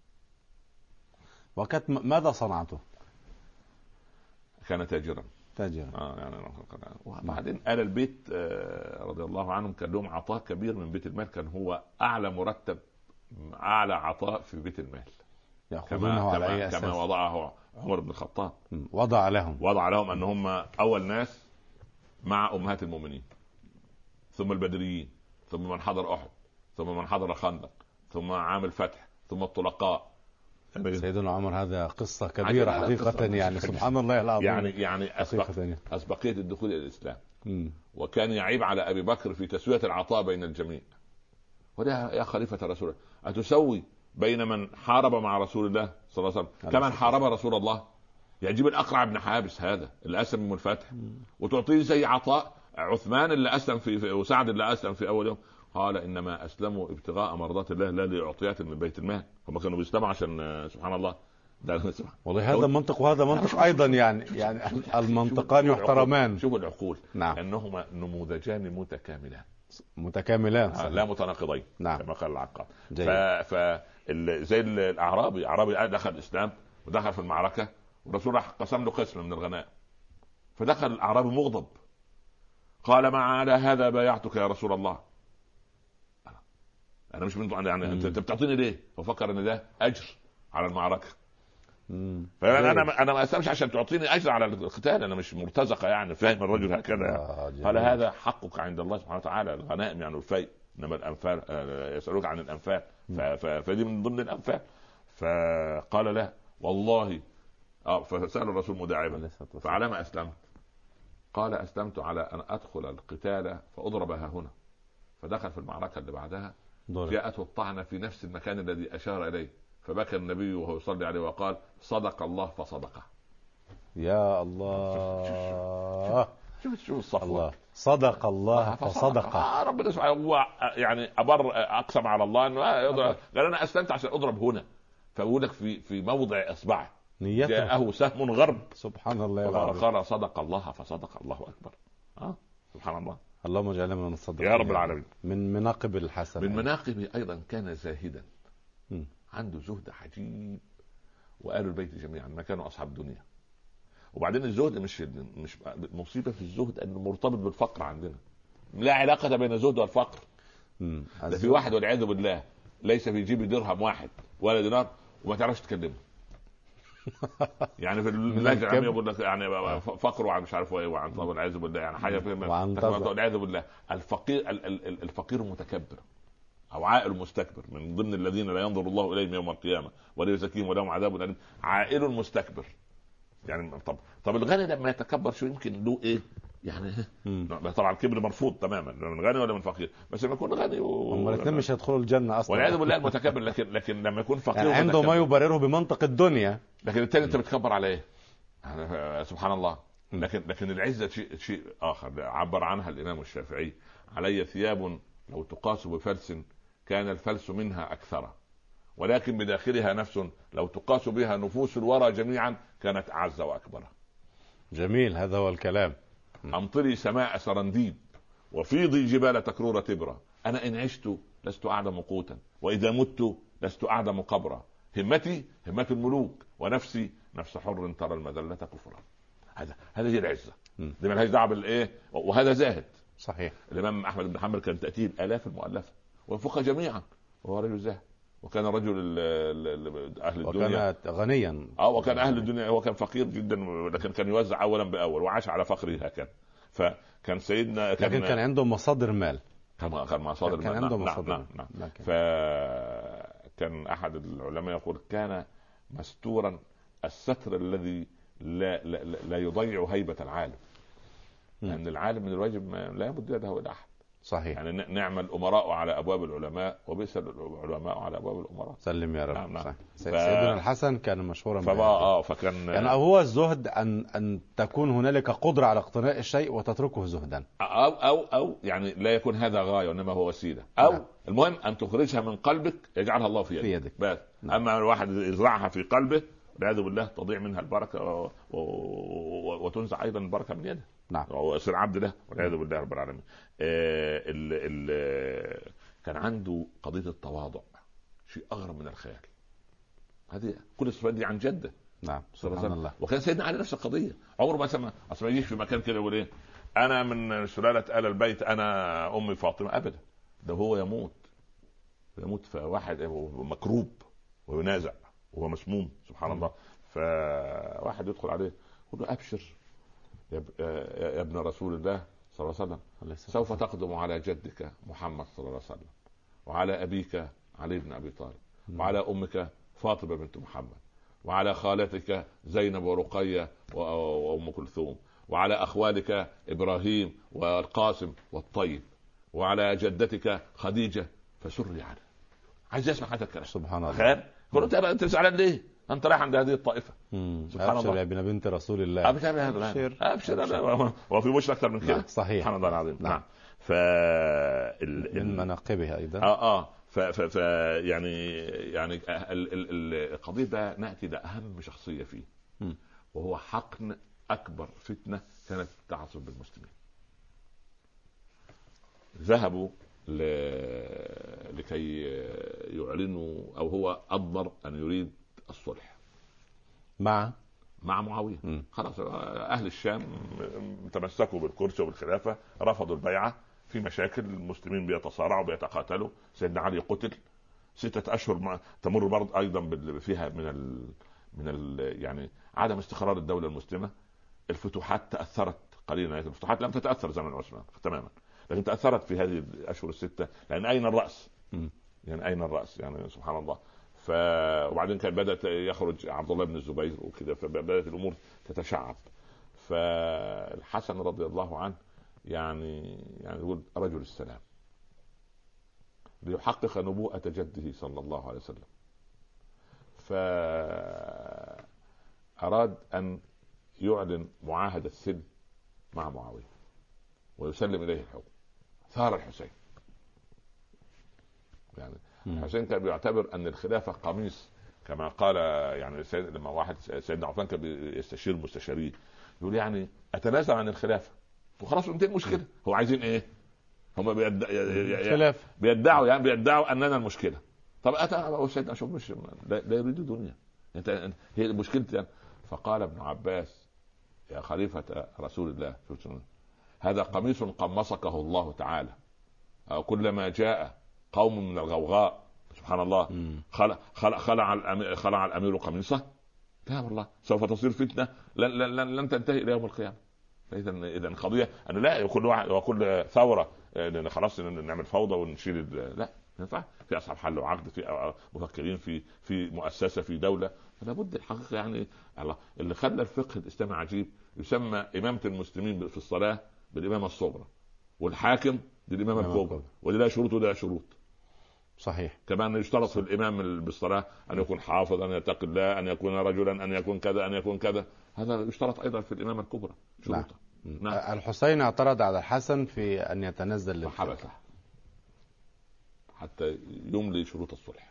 وكانت ماذا صنعته؟ كان تاجرا. تاجرا. آه يعني وبعدين آل البيت آه رضي الله عنهم كان لهم عطاء كبير من بيت المال، كان هو أعلى مرتب أعلى عطاء في بيت المال. يأخذونه على أي أساس؟ كما وضعه عمر بن الخطاب. وضع لهم وضع لهم أن هم أول ناس مع أمهات المؤمنين، ثم البدريين، ثم من حضر أحد، ثم من حضر خندق، ثم عام الفتح، ثم الطلقاء. سيدنا عمر هذا قصة كبيرة حقيقة. قصة يعني سبحان الله العظيم. يعني يعني أسبق أسبقية الدخول إلى الإسلام. م. وكان يعيب على أبي بكر في تسوية العطاء بين الجميع. وده يا خليفة رسول الله أتسوي بين من حارب مع رسول الله صلى الله عليه وسلم كمن حارب رسول الله؟ يجيب الأقرع بن حابس هذا اللي أسلم من الفتح وتعطيه زي عطاء عثمان اللي أسلم في وسعد اللي أسلم في أول يوم. قال إنما أسلموا ابتغاء مرضات الله لا لأعطيات من بيت المال. هم كانوا بيسلموا عشان سبحان الله. والله هذا منطق وهذا منطق أيضا. يعني يعني المنطقان يحترمان. شوفوا العقول. نعم. أنهما نموذجان متكاملان متكاملان آه لا متناقضين. نعم. كما قال العقاد. ف زي الأعرابي أعرابي دخل الإسلام ودخل في المعركة والرسول راح قسم له قسم من الغنائم، فدخل الأعرابي مغضب قال ما على هذا بايعتك يا رسول الله، انا مش من يعني انت بتعطيني ليه؟ وفكر ان ده اجر على المعركه. فانا انا انا ما اسلمش عشان تعطيني اجر على القتال، انا مش مرتزقه يعني. فاهم الرجل هكذا. آه قال هذا حقك عند الله سبحانه وتعالى، الغنائم يعني الفيء، انما الانفال يسالوك عن الانفال فدي من ضمن الانفال. فقال لا والله اه فسال الرسول مداعبا فعلى ما اسلمت؟ قال اسلمت على ان ادخل القتال فاضرب ها هنا. فدخل في المعركه اللي بعدها جاءته الطعنة في نفس المكان الذي أشار إليه، فبكى النبي وهو يصلي عليه وقال صدق الله فصدقه. يا الله. شوف شوف الصفوة. الله صدق الله فصدق. آه ربنا سبحانه هو يعني أبر أقسم على الله إنه قال أنا أسلمت عشان أضرب هنا، فبقول لك في في موضع إصبعه نيته جاءه سهم غرب. سبحان الله يا رب. قال صدق الله فصدق، الله أكبر. آه سبحان الله. اللهم اجعلنا من الصادقين يا رب العالمين. من مناقب الحسن، من مناقبه أيضا كان زاهدا، م. عنده زهد عجيب، وآل البيت جميعا ما كانوا أصحاب الدنيا. وبعدين الزهد مش مش مصيبة في الزهد أنه مرتبط بالفقر عندنا، لا علاقة بين الزهد والفقر. ده في واحد والعياذ بالله ليس في جيبه درهم واحد ولا دينار وما تعرفش تكلمه. يعني في اللهجه العاميه يقول لك يعني فقر وعن مش عارف ايه وعن طب والعياذ بالله، يعني حاجه والعياذ بالله. الفقير الفقير المتكبر او عائل مستكبر، من ضمن الذين لا ينظر الله اليهم يوم القيامه ولا يزكيهم ولهم عذاب اليم، عائل مستكبر. يعني طب طب الغني لما يتكبر شو يمكن له ايه يعني؟ طبعا الكبر مرفوض تماما، من غني ولا من فقير، بس لما يكون غني و... هم الاثنين مش هيدخلوا الجنه اصلا والعياذ بالله المتكبر. لكن لكن لما يكون فقير يعني عنده ما يبرره بمنطق الدنيا، لكن الثاني انت بتكبر على ايه؟ يعني سبحان الله. لكن لكن العزه شيء شيء اخر عبر عنها الامام الشافعي: علي ثياب لو تقاس بفلس كان الفلس منها اكثر، ولكن بداخلها نفس لو تقاس بها نفوس الورى جميعا كانت اعز واكبر. جميل، هذا هو الكلام. أمطري سماء سرنديب وفيضي جبال تكرور تبرة، أنا إن عشت لست أعدم قوتا وإذا مت لست أعدم قبرا، همتي همة الملوك ونفسي نفس حر ترى المذلة كفرا. هذا هذه هي العزة، دي مالهاش دعوة بالإيه. وهذا زاهد صحيح. الإمام أحمد بن حنبل كان تأتيه الآلاف المؤلفة وينفقها جميعا وهو رجل زاهد، وكان رجل اهل الدنيا، وكان غنيا اه وكان اهل الدنيا، هو كان فقير جدا لكن كان يوزع اولا باول وعاش على فقره هكذا. فكان سيدنا كان لكن كان عنده مصادر مال، كان كان مصادر كان مال. عنده نعم مصادر نعم نعم. نعم. فكان احد العلماء يقول كان مستورا الستر الذي لا لا, لا يضيع هيبة العالم، لان يعني العالم من الواجب لا يمد يده الى احد. صحيح. يعني نعم الامراء على ابواب العلماء وبئس العلماء على ابواب الامراء. سلم يا رب. نعم نعم. ف... سيدنا الحسن كان مشهورا فبقى اه فكان يعني هو الزهد ان ان تكون هنالك قدره على اقتناء الشيء وتتركه زهدا، او او او يعني لا يكون هذا غايه وانما هو وسيله، او نعم. المهم ان تخرجها من قلبك يجعلها الله في يدك, في يدك. بس نعم. اما الواحد يزرعها في قلبه والعياذ بالله تضيع منها البركه و... و... و... وتنزع ايضا البركه من يده. نعم. ويصير عبد له والعياذ بالله رب العالمين. آه ال... ال... كان عنده قضيه التواضع، شيء اغرب من الخيال. هذه كل الصفات دي عن جده. نعم سبحان الله. وكان سيدنا علي نفس القضيه، عمره ما سمع اصل ما يجيش في مكان كده يقول ايه انا من سلاله ال البيت انا امي فاطمه، ابدا. ده هو يموت يموت فواحد مكروب وينازع وهو مسموم سبحان الله. فواحد يدخل عليه يقول له ابشر يا, يا ابن رسول الله صلى الله عليه وسلم، سوف تقدم على جدك محمد صلى الله عليه وسلم وعلى ابيك علي بن ابي طالب وعلى امك فاطمه بنت محمد وعلى خالتك زينب ورقيه وام كلثوم وعلى اخوالك ابراهيم والقاسم والطيب وعلى جدتك خديجه، فسري عنه. عايز يسمع هذا الكلام سبحان الله. خير قلت انت زعلان ليه؟ انت رايح عند هذه الطائفه. سبحان الله. ابشر يا ابن بنت رسول الله. ابشر ابشر ابشر. وفي مش اكثر من كده. صحيح. سبحان الله العظيم. نعم. ف ال... من مناقبها ايضا. اه اه ف... ف... ف يعني يعني القضيه ده ناتي ده اهم شخصيه فيه، م. وهو حقن اكبر فتنه كانت تعصب بالمسلمين. ذهبوا ل... لكي يعلنوا او هو اضمر ان يريد الصلح مع مع معاويه. م. خلاص اهل الشام تمسكوا بالكرسي وبالخلافه، رفضوا البيعه، في مشاكل، المسلمين بيتصارعوا بيتقاتلوا، سيدنا علي قتل، ستة اشهر تمر برضه ايضا فيها من ال من ال يعني عدم استقرار الدوله المسلمه. الفتوحات تاثرت قليلا، الفتوحات لم تتاثر زمن عثمان تماما، لكن تاثرت في هذه الاشهر السته، لان اين الراس؟ م. يعني اين الراس؟ يعني سبحان الله. ف وبعدين كان بدات يخرج عبد الله بن الزبير وكذا، فبدات الامور تتشعب. فالحسن رضي الله عنه يعني يعني يقول رجل السلام ليحقق نبوءة جده صلى الله عليه وسلم، فأراد أن يعلن معاهدة السلم مع معاوية ويسلم إليه الحكم. ثار الحسين، يعني الحسين كان بيعتبر أن الخلافة قميص، كما قال يعني سيد لما واحد سيدنا عثمان كان بيستشير مستشاريه يقول يعني أتنازل عن الخلافة وخلاص انتهت المشكلة. هو عايزين إيه؟ هم بيدعوا بيدعوا يعني بيدعوا أننا المشكلة. طب أتى سيدنا أشوف مش لا, لا يريد دنيا، انت هي مشكلتي يعني. فقال ابن عباس يا خليفة رسول الله هذا قميص قمصكه الله تعالى، كلما جاء قوم من الغوغاء سبحان الله خلع, خلع, خلع, الأمير, خلع الأمير قميصه، لا والله سوف تصير فتنة لن, لن, لن تنتهي إلى يوم القيامة. إذا إذا القضية أن لا كل واحد وكل ثورة خلاص نعمل فوضى ونشيل، لا ينفع. في أصحاب حل وعقد، في مفكرين، في في مؤسسة، في دولة، فلا بد الحقيقة يعني الله اللي خلى الفقه الإسلامي عجيب. يسمى إمامة المسلمين في الصلاة بالإمامة الصغرى، والحاكم بالإمامة الكبرى، ولله شروط ولا شروط. صحيح. كمان يشترط في الإمام بالصلاة أن يكون حافظ، أن يتقي الله، أن يكون رجلا، أن يكون كذا، أن يكون كذا. هذا يشترط أيضا في الإمامة الكبرى شروطه. نعم. نعم. الحسين اعترض على الحسن في أن يتنزل للحبسة حتى يملي شروط الصلح.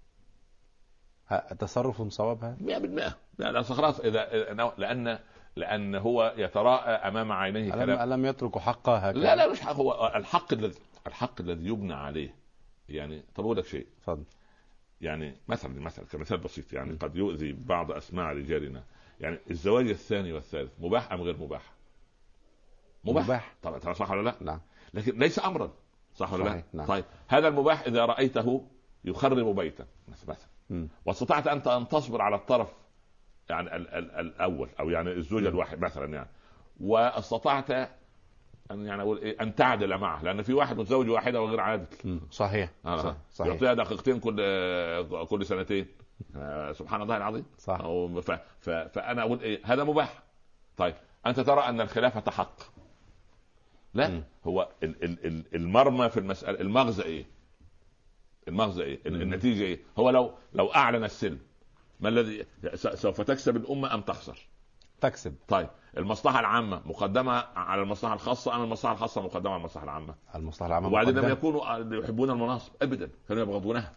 تصرف صواب هذا مئة بالمئة. لا خلاص إذا لأن لأن هو يتراءى أمام عينيه كلام. ألم يترك حقه هكذا؟ لا لا مش حق، هو الحق الذي الحق الذي يبنى عليه. يعني طب أقول لك شيء. فضل. يعني مثلا مثلا كمثال بسيط يعني م. قد يؤذي بعض أسماع رجالنا. يعني الزواج الثاني والثالث مباح أم غير مباح؟ مباح, مباح. طبعا صح ولا لا؟ نعم. لكن ليس أمرا، صح ولا لا؟ نعم. طيب هذا المباح إذا رأيته يخرب بيتا مثلا واستطعت أنت أن تصبر على الطرف يعني ال ال الأول أو يعني الزوجة الواحد مثلا يعني، واستطعت أن يعني أقول إيه أن تعدل معه، لأن في واحد متزوج واحدة وغير عادل. صحيح. آه. صحيح. يعطيها دقيقتين كل كل سنتين. آه. سبحان الله العظيم. صح. ف ف فأنا أقول إيه هذا مباح. طيب أنت ترى أن الخلافة حق؟ لا. م. هو ال ال ال المرمى في المسألة المغزى إيه؟ المغزى إيه؟ م. النتيجة إيه؟ هو لو لو أعلن السلم ما الذي سوف تكسب الأمة أم تخسر؟ تكسب. طيب المصلحة العامة مقدمة على المصلحة الخاصة أم المصلحة الخاصة مقدمة على المصلحة العامة؟ المصلحة العامة. وبعدين لم يكونوا يحبون المناصب أبدا، كانوا يبغضونها.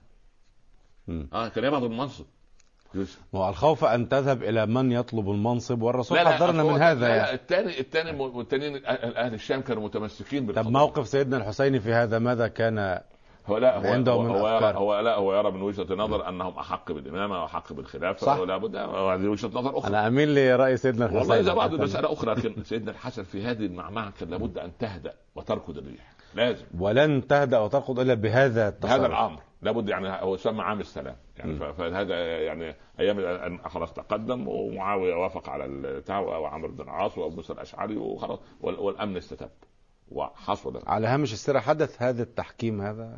اه كانوا يبغضوا المنصب. والخوف أن تذهب إلى من يطلب المنصب، والرسول حذرنا من هذا. لا لا الثاني الثاني والتانيين أهل الشام كانوا متمسكين بالقضية. طب موقف سيدنا الحسين في هذا ماذا كان؟ هو لا هو عنده من هو, يرى هو لا هو يرى من وجهة نظر أنهم أحق بالإمامة وأحق بالخلافة، ولا بد هذه وجهة نظر أخرى. أنا أميل لرأي سيدنا الحسين. والله إذا بعض مسألة أخرى، لكن سيدنا الحسن في هذه المعمعة كان لابد أن تهدأ وتركض الريح، لازم. ولن تهدأ وتركض إلا بهذا التصرف. هذا الأمر لابد، يعني هو يسمى عام السلام يعني. فهذا يعني أيام أن خلاص تقدم ومعاوية وافق على التعاون وعمرو بن العاص وأبو موسى الأشعري وخلاص والأمن استتب وحصل. على هامش السيرة حدث هذا التحكيم، هذا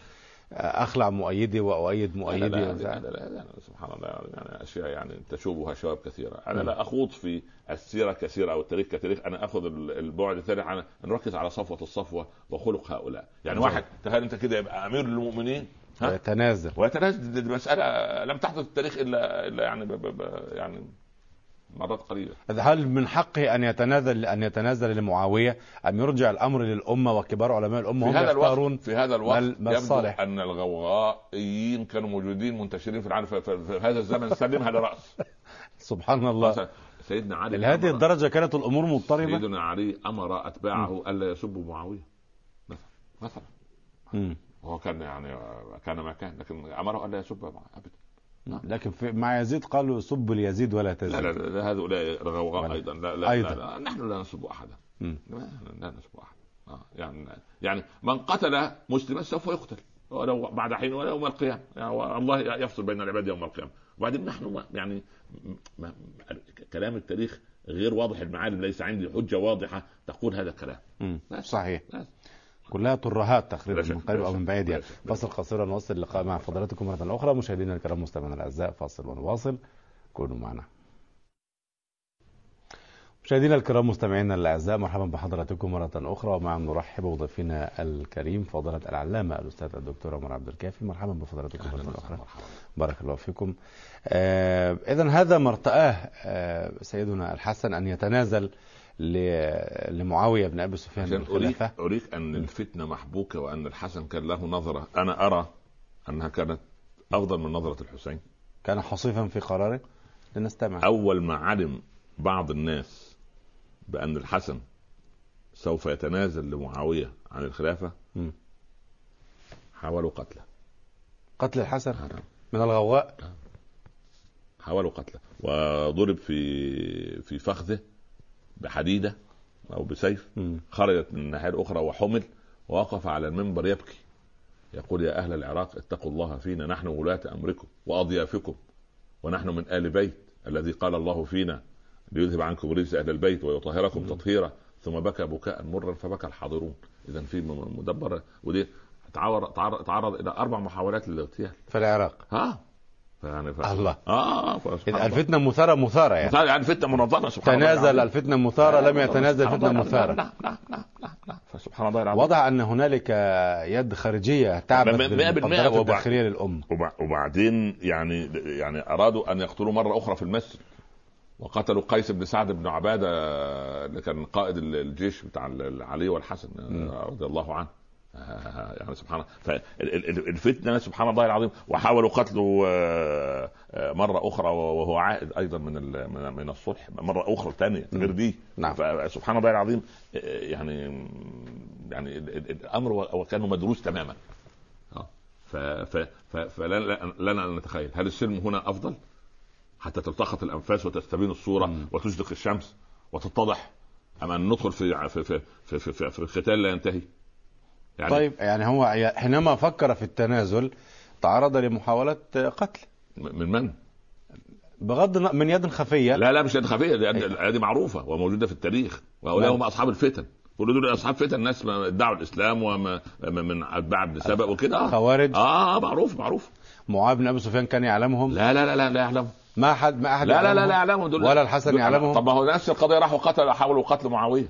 أخلع مؤيدي وأؤيد مؤيدي. لا لا, لا, لا, لا سبحان الله يعني أشياء يعني تشوبها شباب كثيرة. أنا لا أخوض في السيرة كثيرة أو التاريخ كتاريخ، أنا أخذ البعد الثاني عن نركز على صفوة الصفوة وخلق هؤلاء. يعني مم. واحد تخيل أنت كده يبقى أمير للمؤمنين ويتنازل ويتنازل، دي مسألة لم تحدث في التاريخ إلا إلا يعني ب ب ب يعني مرات قليلة. هل من حقه أن يتنازل أن يتنازل لمعاوية أم يرجع الأمر للأمة وكبار علماء الأمة هم يختارون؟ في هذا الوقت يبدو أن الغوغائيين كانوا موجودين منتشرين في العالم في هذا الزمن. سلمها لرأس. سبحان الله. سيدنا علي لهذه الدرجة كانت الأمور مضطربة. سيدنا علي أمر أتباعه ألا يسبوا معاوية مثلا. هو كان يعني كان ما كان، لكن أمره ألا يسب أبدا. لكن في مع يزيد قالوا سب اليزيد ولا تزيد. لا لا, لا هؤلاء غوغاء أيضا. لا لا, أيضا. لا, لا نحن لا نسب أحدا. لا, لا نسب أحدا. آه يعني يعني من قتل مسلما سوف يقتل ولو بعد حين ولا يوم القيامة. يعني الله يفصل بين العباد يوم القيامة. وبعدين نحن ما يعني ما كلام التاريخ غير واضح المعالم، ليس عندي حجة واضحة تقول هذا الكلام. صحيح. لا. كلها ترهات تقريبا من قريب او من بعيد يعني. فاصل قصير نواصل اللقاء مع فضلاتكم مره اخرى. مشاهدينا الكرام مستمعينا الاعزاء، فاصل ونواصل، كونوا معنا. مشاهدينا الكرام مستمعينا الاعزاء، مرحبا بحضراتكم مره اخرى، ومع نرحب بضيفنا الكريم فضيله العلامه الاستاذ الدكتور عمر عبد الكافي. مرحبا بفضلاتكم مره اخرى. بارك الله فيكم. آه اذا هذا ما ارتآه آه سيدنا الحسن ان يتنازل لمعاوية بن أبي سفيان بالخلافة. أريك أن الفتنة محبوكة وأن الحسن كان له نظرة، أنا أرى أنها كانت أفضل من نظرة الحسين. كان حصيفا في قراره. لنستمع. أول ما علم بعض الناس بأن الحسن سوف يتنازل لمعاوية عن الخلافة م. حاولوا قتله. قتل الحسن من الغواء. حاولوا قتله وضرب في في فخذه بحديدة أو بسيف، م. خرجت من الناحية الأخرى وحمل ووقف على المنبر يبكي يقول: يا أهل العراق اتقوا الله فينا، نحن ولاة أمركم وأضيافكم ونحن من آل بيت الذي قال الله فينا ليذهب عنكم رجس أهل البيت ويطهركم م. تطهيرا. ثم بكى بكاء مرا فبكى الحاضرون. إذا في مدبر، ودي تعرض تعرض إلى أربع محاولات للاغتيال في العراق. ها يعني ف... الله. اه إذا الفتنة مثارة مثارة يعني. مثارة يعني فتنة منظمة. سبحان الله. تنازل الفتنة مثارة لم يتنازل فتنة مثارة. لا لا لا لا لا فسبحان الله العظيم. وضع أن هنالك يد خارجية تعبت بالمقدرات الداخلية للأمة. وبعدين يعني يعني أرادوا أن يقتلوا مرة أخرى في المسجد، وقتلوا قيس بن سعد بن عبادة اللي كان قائد الجيش بتاع علي والحسن رضي الله عنه. يعني سبحان الله. فالفتنة سبحان الله العظيم. وحاولوا قتله مرة أخرى وهو عائد أيضا من من الصلح مرة أخرى ثانية غير دي. نعم. فسبحان الله العظيم. يعني يعني الأمر وكانوا مدروس تماما. فلنا أن نتخيل هل السلم هنا أفضل حتى تلتقط الأنفاس وتستبين الصورة م. وتشرق الشمس وتتضح، أم أن ندخل في في في في, في, في, في القتال لا ينتهي؟ يعني طيب يعني هو حينما فكر في التنازل تعرض لمحاولة قتل من من؟ بغض من يد خفية. لا لا مش يد خفية، هذه معروفة وموجودة في التاريخ، وهؤلاء هم أصحاب الفتن. كل دول أصحاب فتن، الناس ادعوا الإسلام ومن أتباع ابن سبأ وكده. خوارج. آه معروف معروف. معاذ بن أبي سفيان كان يعلمهم؟ لا لا لا لا, لا يعلم. ما أحد ما أحد لا لا لا لا يعلمهم دول ولا الحسن يعلمهم. طب ما هو نفس القضية راحوا قتل حاولوا قتل معاوية،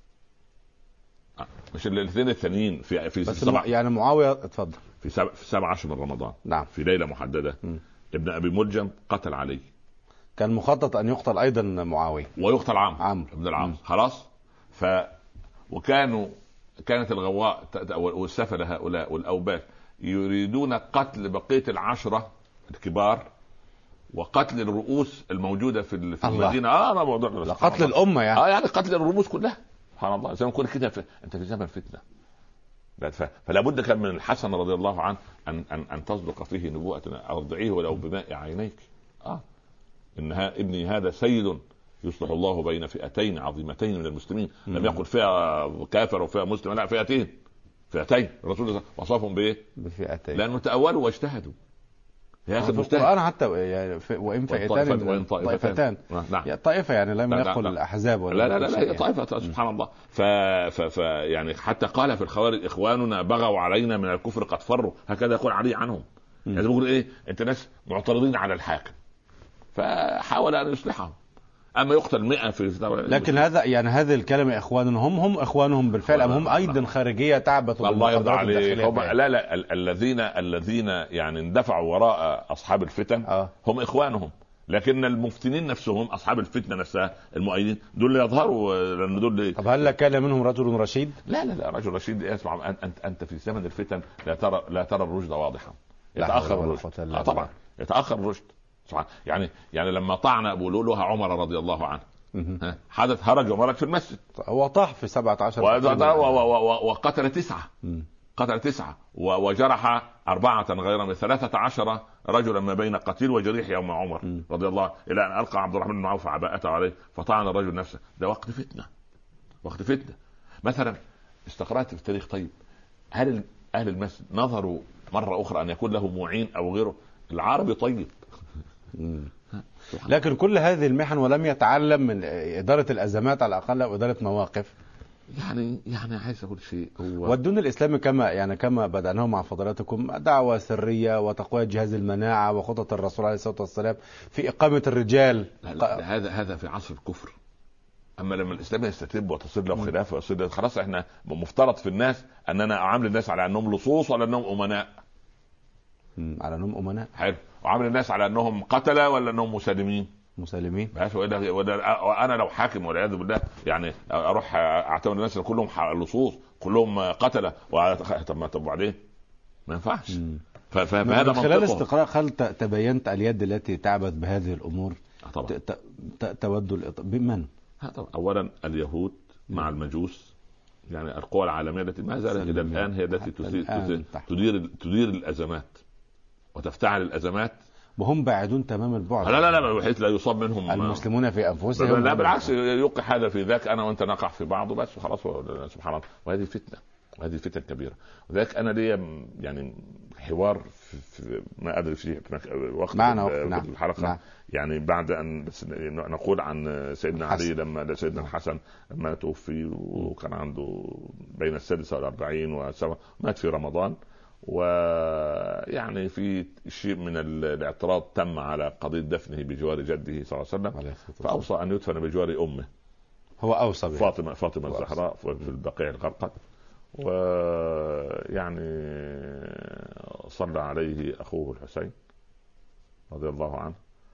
مش الاثنين الثانيين في في سبع يعني معاوية اتفضل في سبع في سبع عشر من رمضان. نعم. في ليلة محددة م. ابن أبي ملجم قتل علي. كان مخطط أن يقتل أيضا معاوية ويقتل عمرو عمرو ابن العاص. خلاص. ف وكانوا كانت الغواء والسفلة هؤلاء والأوباش يريدون قتل بقية العشرة الكبار وقتل الرؤوس الموجودة في في المدينة. اه ما موضوع قتل الأمة يعني. اه يعني قتل الرؤوس كلها. سبحان الله. زي ما نقول كده في... انت في زمن فتنة. فلا بد كان من الحسن رضي الله عنه ان ان ان تصدق فيه نبوءة، ارضعيه ولو بماء عينيك. اه انها ابني هذا سيد يصلح الله بين فئتين عظيمتين من المسلمين. م. لم يقل فئة كافر وفئة مسلم، لا فئتين فئتين. الرسول وصفهم بايه؟ بفئتين. لانه تأولوا واجتهدوا. يا اخي القرآن حتى يعني وان فئتان وان طائفتان. نعم. يعني طائفة يعني لم يقل الاحزاب ولا لا لا لا, لا طائفة. سبحان الله. ف... ف... ف يعني حتى قال في الخوارج اخواننا بغوا علينا من الكفر قد فروا، هكذا يقول علي عنهم. م. يعني بيقول ايه؟ انت ناس معترضين على الحاكم فحاول ان يصلحهم. اما يقتل مئة في لكن هذا يعني هذه الكلمه اخوانهم هم هم اخوانهم بالفعل ام هم ايضا خارجيه تعبث بالمقدرات الداخليه؟ لا لا الذين الذين يعني اندفعوا وراء اصحاب الفتن آه. هم اخوانهم، لكن المفتنين نفسهم اصحاب الفتنه نفسها المؤيدين دول يظهروا لان دول. طب هل كان منهم رجل رشيد؟ لا لا لا رجل رشيد. اسمع انت انت في زمن الفتن لا ترى لا ترى الرشد واضحا. يتاخر الرشد. آه طبعا يتاخر الرشد. يعني يعني لما طعن ابو لؤلؤة عمر رضي الله عنه حدث هرج ومرج في المسجد وطاح في سبعة عشر وقتل تسعة قتل تسعة وجرح أربعة غير من ثلاثة عشر رجلا ما بين قتيل وجريح يوم عمر رضي الله، إلى أن ألقى عبد الرحمن بن عوف عباءته عليه فطعن الرجل نفسه. ده وقت فتنة وقت فتنة. مثلا استقرأت في التاريخ. طيب هل أهل المسجد نظروا مرة أخرى أن يكون له معين أو غيره؟ العربي طيب. لكن كل هذه المحن ولم يتعلم من إدارة الأزمات على الأقل أو إدارة مواقف. يعني يعني عايز أقول شيء هو والدين الإسلامي كما يعني كما بدأناه مع فضلاتكم دعوة سرية وتقوية جهاز المناعة وخطط الرسول عليه الصلاة والسلام في إقامة الرجال. لا لا هذا هذا في عصر الكفر. أما لما الإسلام يستتب وتصير له خلافة ويصير خلاص إحنا مفترض في الناس أننا أعامل الناس على أنهم لصوص ولا أنهم أمناء. على أنهم أمناء. حلو. وعامل الناس على أنهم قتلة ولا أنهم مسالمين. مسالمين. وانا لو حاكم والعياذ بالله يعني اروح اعتبر الناس كلهم لصوص كلهم قتله، طب طب وبعدين ما ينفعش. فهذا من خلال استقراء هل تبينت اليد التي تعبث بهذه الامور؟ طبعا تود بمن؟ اولا اليهود مع المجوس، يعني القوى العالميه التي ما زالت الى الان هي التي تدير تدير الازمات وتفتعل الازمات، وهم بعيدون تمام البعد. لا لا لا بحيث لا يصاب منهم المسلمون في انفسهم، لا بالعكس يوقع هذا في ذاك، انا وانت نقع في بعض وبس وخلاص. سبحان الله، وهذه فتنه وهذه فتنه كبيره. وذاك انا لي يعني حوار في, في ما ادري في وقت معنا في نعم. الحلقه نعم. يعني بعد ان بس نقول عن سيدنا علي لما سيدنا الحسن لما توفي وكان عنده بين السادسه والاربعين وسبعه، مات في رمضان، ويعني في شيء من الاعتراض تم على قضيه دفنه بجوار جده صلى الله عليه وسلم، فاوصى ان يدفن بجوار امه. هو اوصى فاطمه فاطمه الزهراء في البقيع الغرقد، ويعني صلى عليه اخوه الحسين رضي الله عنه،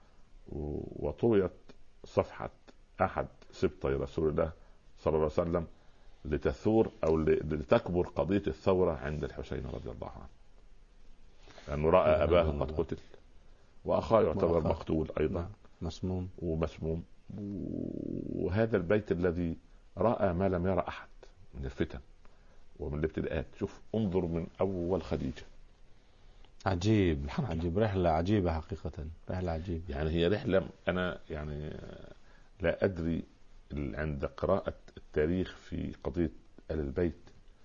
وطويت صفحه احد سبطي رسول الله صلى الله عليه وسلم لتثور او لتكبر قضيه الثوره عند الحسين رضي الله عنه، لانه راى اباه قد قتل واخاه يعتبر مقتول ايضا مسموم ومسموم، وهذا البيت الذي راى ما لم يرى احد من الفتن ومن الابتلاءات. شوف انظر من اول خديجه، عجيب عجيب، رحله عجيبه حقيقه، رحله عجيبه. يعني هي رحله انا يعني لا ادري عند قراءه التاريخ في قضيه آل البيت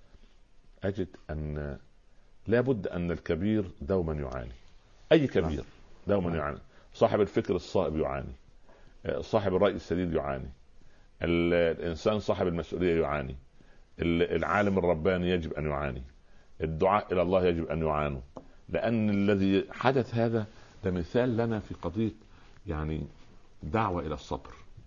اجد ان لا بد ان الكبير دوما يعاني، اي كبير دوما يعاني، صاحب الفكر الصائب يعاني، صاحب الراي السديد يعاني، الانسان صاحب المسؤوليه يعاني، العالم الرباني يجب ان يعاني، الدعاء الى الله يجب ان يعانوا، لان الذي حدث هذا ده مثال لنا في قضيه يعني دعوه الى الصبر،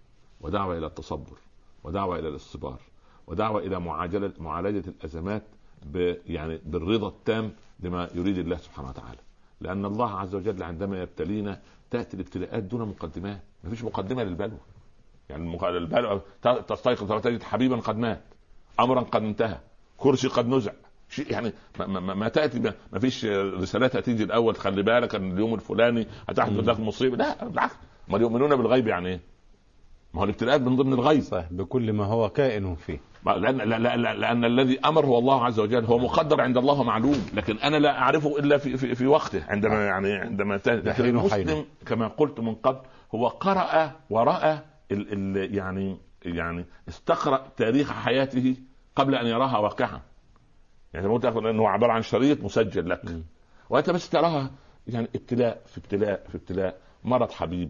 ودعوه الى التصبر، ودعوه الى الاصطبار، ودعوه الى معالجه معالجه الازمات ب يعني بالرضا التام لما يريد الله سبحانه وتعالى. لان الله عز وجل عندما يبتلينا تاتي الابتلاءات دون مقدمات، ما فيش مقدمه للبلوى. يعني البلوى تستيقظ فتجد حبيبا قد مات، امرا قد انتهى، كرسي قد نزع، شيء يعني ما, ما, ما تاتي ما فيش رسالات هتيجي الاول خلي بالك ان اليوم الفلاني هتحدث لك مصيبه، لا بالعكس، ما يؤمنون بالغيب يعني ايه؟ ما هو الابتلاءات من ضمن الغيب، صحيح، بكل ما هو كائن فيه، لأن, لأن, لأن, لأن الذي أمر هو الله عز وجل، هو مقدر عند الله معلوم، لكن أنا لا أعرفه إلا في, في, في وقته عندما يعني عندما لكن المسلم كما قلت من قبل هو قرأ ورأى ال ال يعني يعني استقرأ تاريخ حياته قبل أن يراها واقعا. يعني مو تأخذ أنه عبارة عن شريط مسجل لك م. وأنت بس تراها يعني ابتلاء في ابتلاء في ابتلاء، مرض حبيب،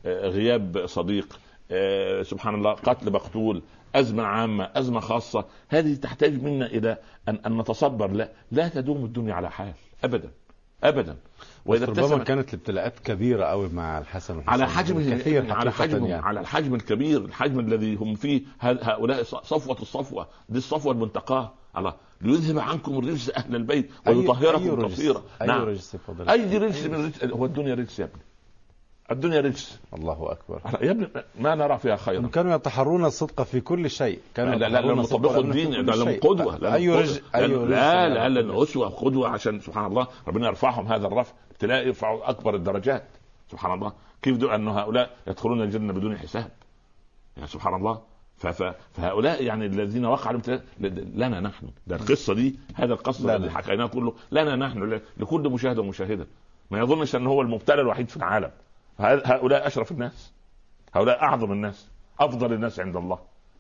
غياب صديق، آه سبحان الله، قتل مقتول، أزمة عامة، أزمة خاصة. هذه تحتاج منا إلى أن, أن نتصبر. لا لا تدوم الدنيا على حال أبدا أبدا. وإذا ربما كانت الابتلاءات كبيرة أوي مع الحسن والحسين على حجم كثير، على حجم يعني. على الحجم الكبير، الحجم الذي هم فيه هؤلاء صفوة الصفوة، دي الصفوة المنتقاة. الله ليذهب عنكم الرجس أهل البيت ويطهركم تطهيرا. أي نعم. رجس أي رجس من رجس. هو الدنيا رجس يا ابني، الدنيا رجس. الله أكبر يا ابني، ما نرى فيها خيرا. كانوا يتحرون الصدق في كل شيء، كانوا لا لا لما طبقوا الدين لهم قدوة. أي رجس أي رجس لا لا لا أسوة قدوة، عشان سبحان الله ربنا يرفعهم هذا الرفع، تلاقي يرفعوا أكبر الدرجات. سبحان الله، كيف دو أن هؤلاء يدخلون الجنة بدون حساب، يعني سبحان الله. فهؤلاء يعني الذين وقعوا لنا نحن، ده القصة دي، هذا القصة اللي حكيناه كله لنا نحن، لكل مشاهد ومشاهدة. ما يظنش أن هو المبتلى الوحيد في العالم. هؤلاء أشرف الناس، هؤلاء أعظم الناس، أفضل الناس عند الله.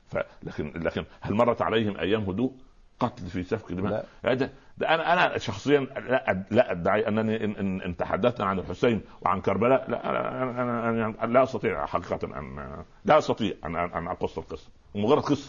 لكن لكن هل مرت عليهم أيام هدوء؟ قتل في سفك دماء. هذا ده أنا أنا شخصيا لا لا أدعي أنني إن, إن, إن تحدثنا عن الحسين وعن كربلاء لا أنا, أنا, أنا لا أستطيع حقيقة أن لا أستطيع أن أن أقص القصة، مجرد قصة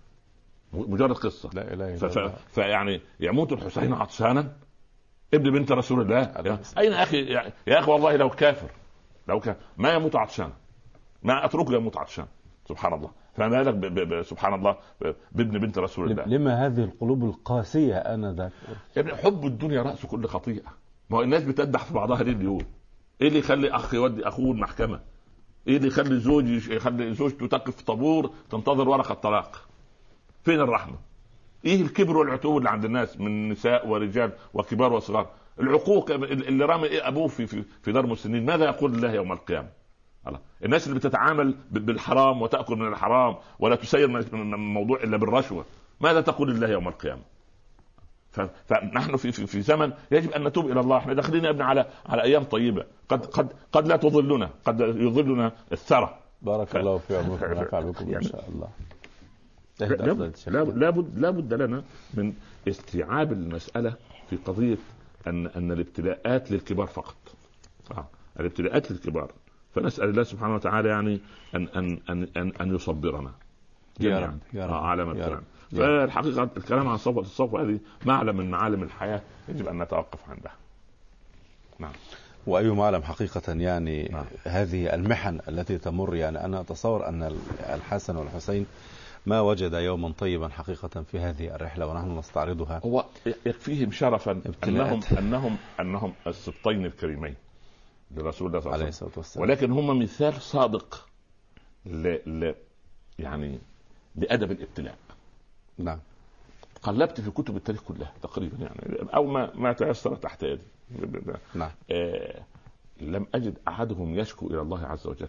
مجرد قصة لا إله إلا الله. فيعني يموت الحسين عطشانا ابن بنت رسول الله. أين أخي يا أخي، والله لو كافر لو كان ما يموت عطشان، ما أتركه يموت عطشان. سبحان الله. فما بالك سبحان الله بابن بنت رسول الله. لما هذه القلوب القاسية آنذاك؟ يا ابني حب الدنيا رأس كل خطيئة. ما هو الناس بتدح في بعضها ليه اليوم؟ ايه اللي يخلي اخ يودي اخوه المحكمة؟ ايه اللي يخلي زوج يخلي زوجته تقف في طابور تنتظر ورقه طلاق؟ فين الرحمه؟ ايه الكبر والعتوب اللي عند الناس من نساء ورجال وكبار وصغار؟ العقوق اللي رامي إيه ابوه في في في دار مسنين، ماذا يقول الله يوم القيامه؟ الله. الناس اللي بتتعامل بالحرام وتاكل من الحرام ولا تسير من الموضوع الا بالرشوه، ماذا تقول الله يوم القيامه؟ فنحن في في في زمن يجب ان نتوب الى الله. احنا داخلين يا ابني على على ايام طيبه، قد قد قد لا تضلنا، قد يضلنا الثرى. بارك ف... الله في عمركم ونفع بكم يعني ان شاء الله. لا بد لا بد لنا من استيعاب المساله في قضيه ان ان الابتلاءات للكبار فقط. آه. الابتلاءات للكبار، فنسال الله سبحانه وتعالى يعني ان ان ان ان, أن يصبرنا يا رب يا رب على ما الكلام. فالحقيقه الكلام عن صفوه الصفوه هذه معلم من معالم الحياه يجب ان نتوقف عندها. نعم. وأي معلم حقيقة يعني نعم. هذه المحن التي تمر، يعني أنا أتصور أن الحسن والحسين ما وجد يوما طيبا حقيقة في هذه الرحلة ونحن نستعرضها. هو يكفيهم شرفا أنهم أنهم أنهم السبطين الكريمين لرسول الله صلى الله عليه وسلم، ولكن هم مثال صادق ل... ل... يعني لأدب الابتلاء. نعم. قلبت في كتب التاريخ كلها تقريبا يعني أو ما ما تيسر تحت يدي. نعم. آه... لم أجد أحدهم يشكو إلى الله عز وجل.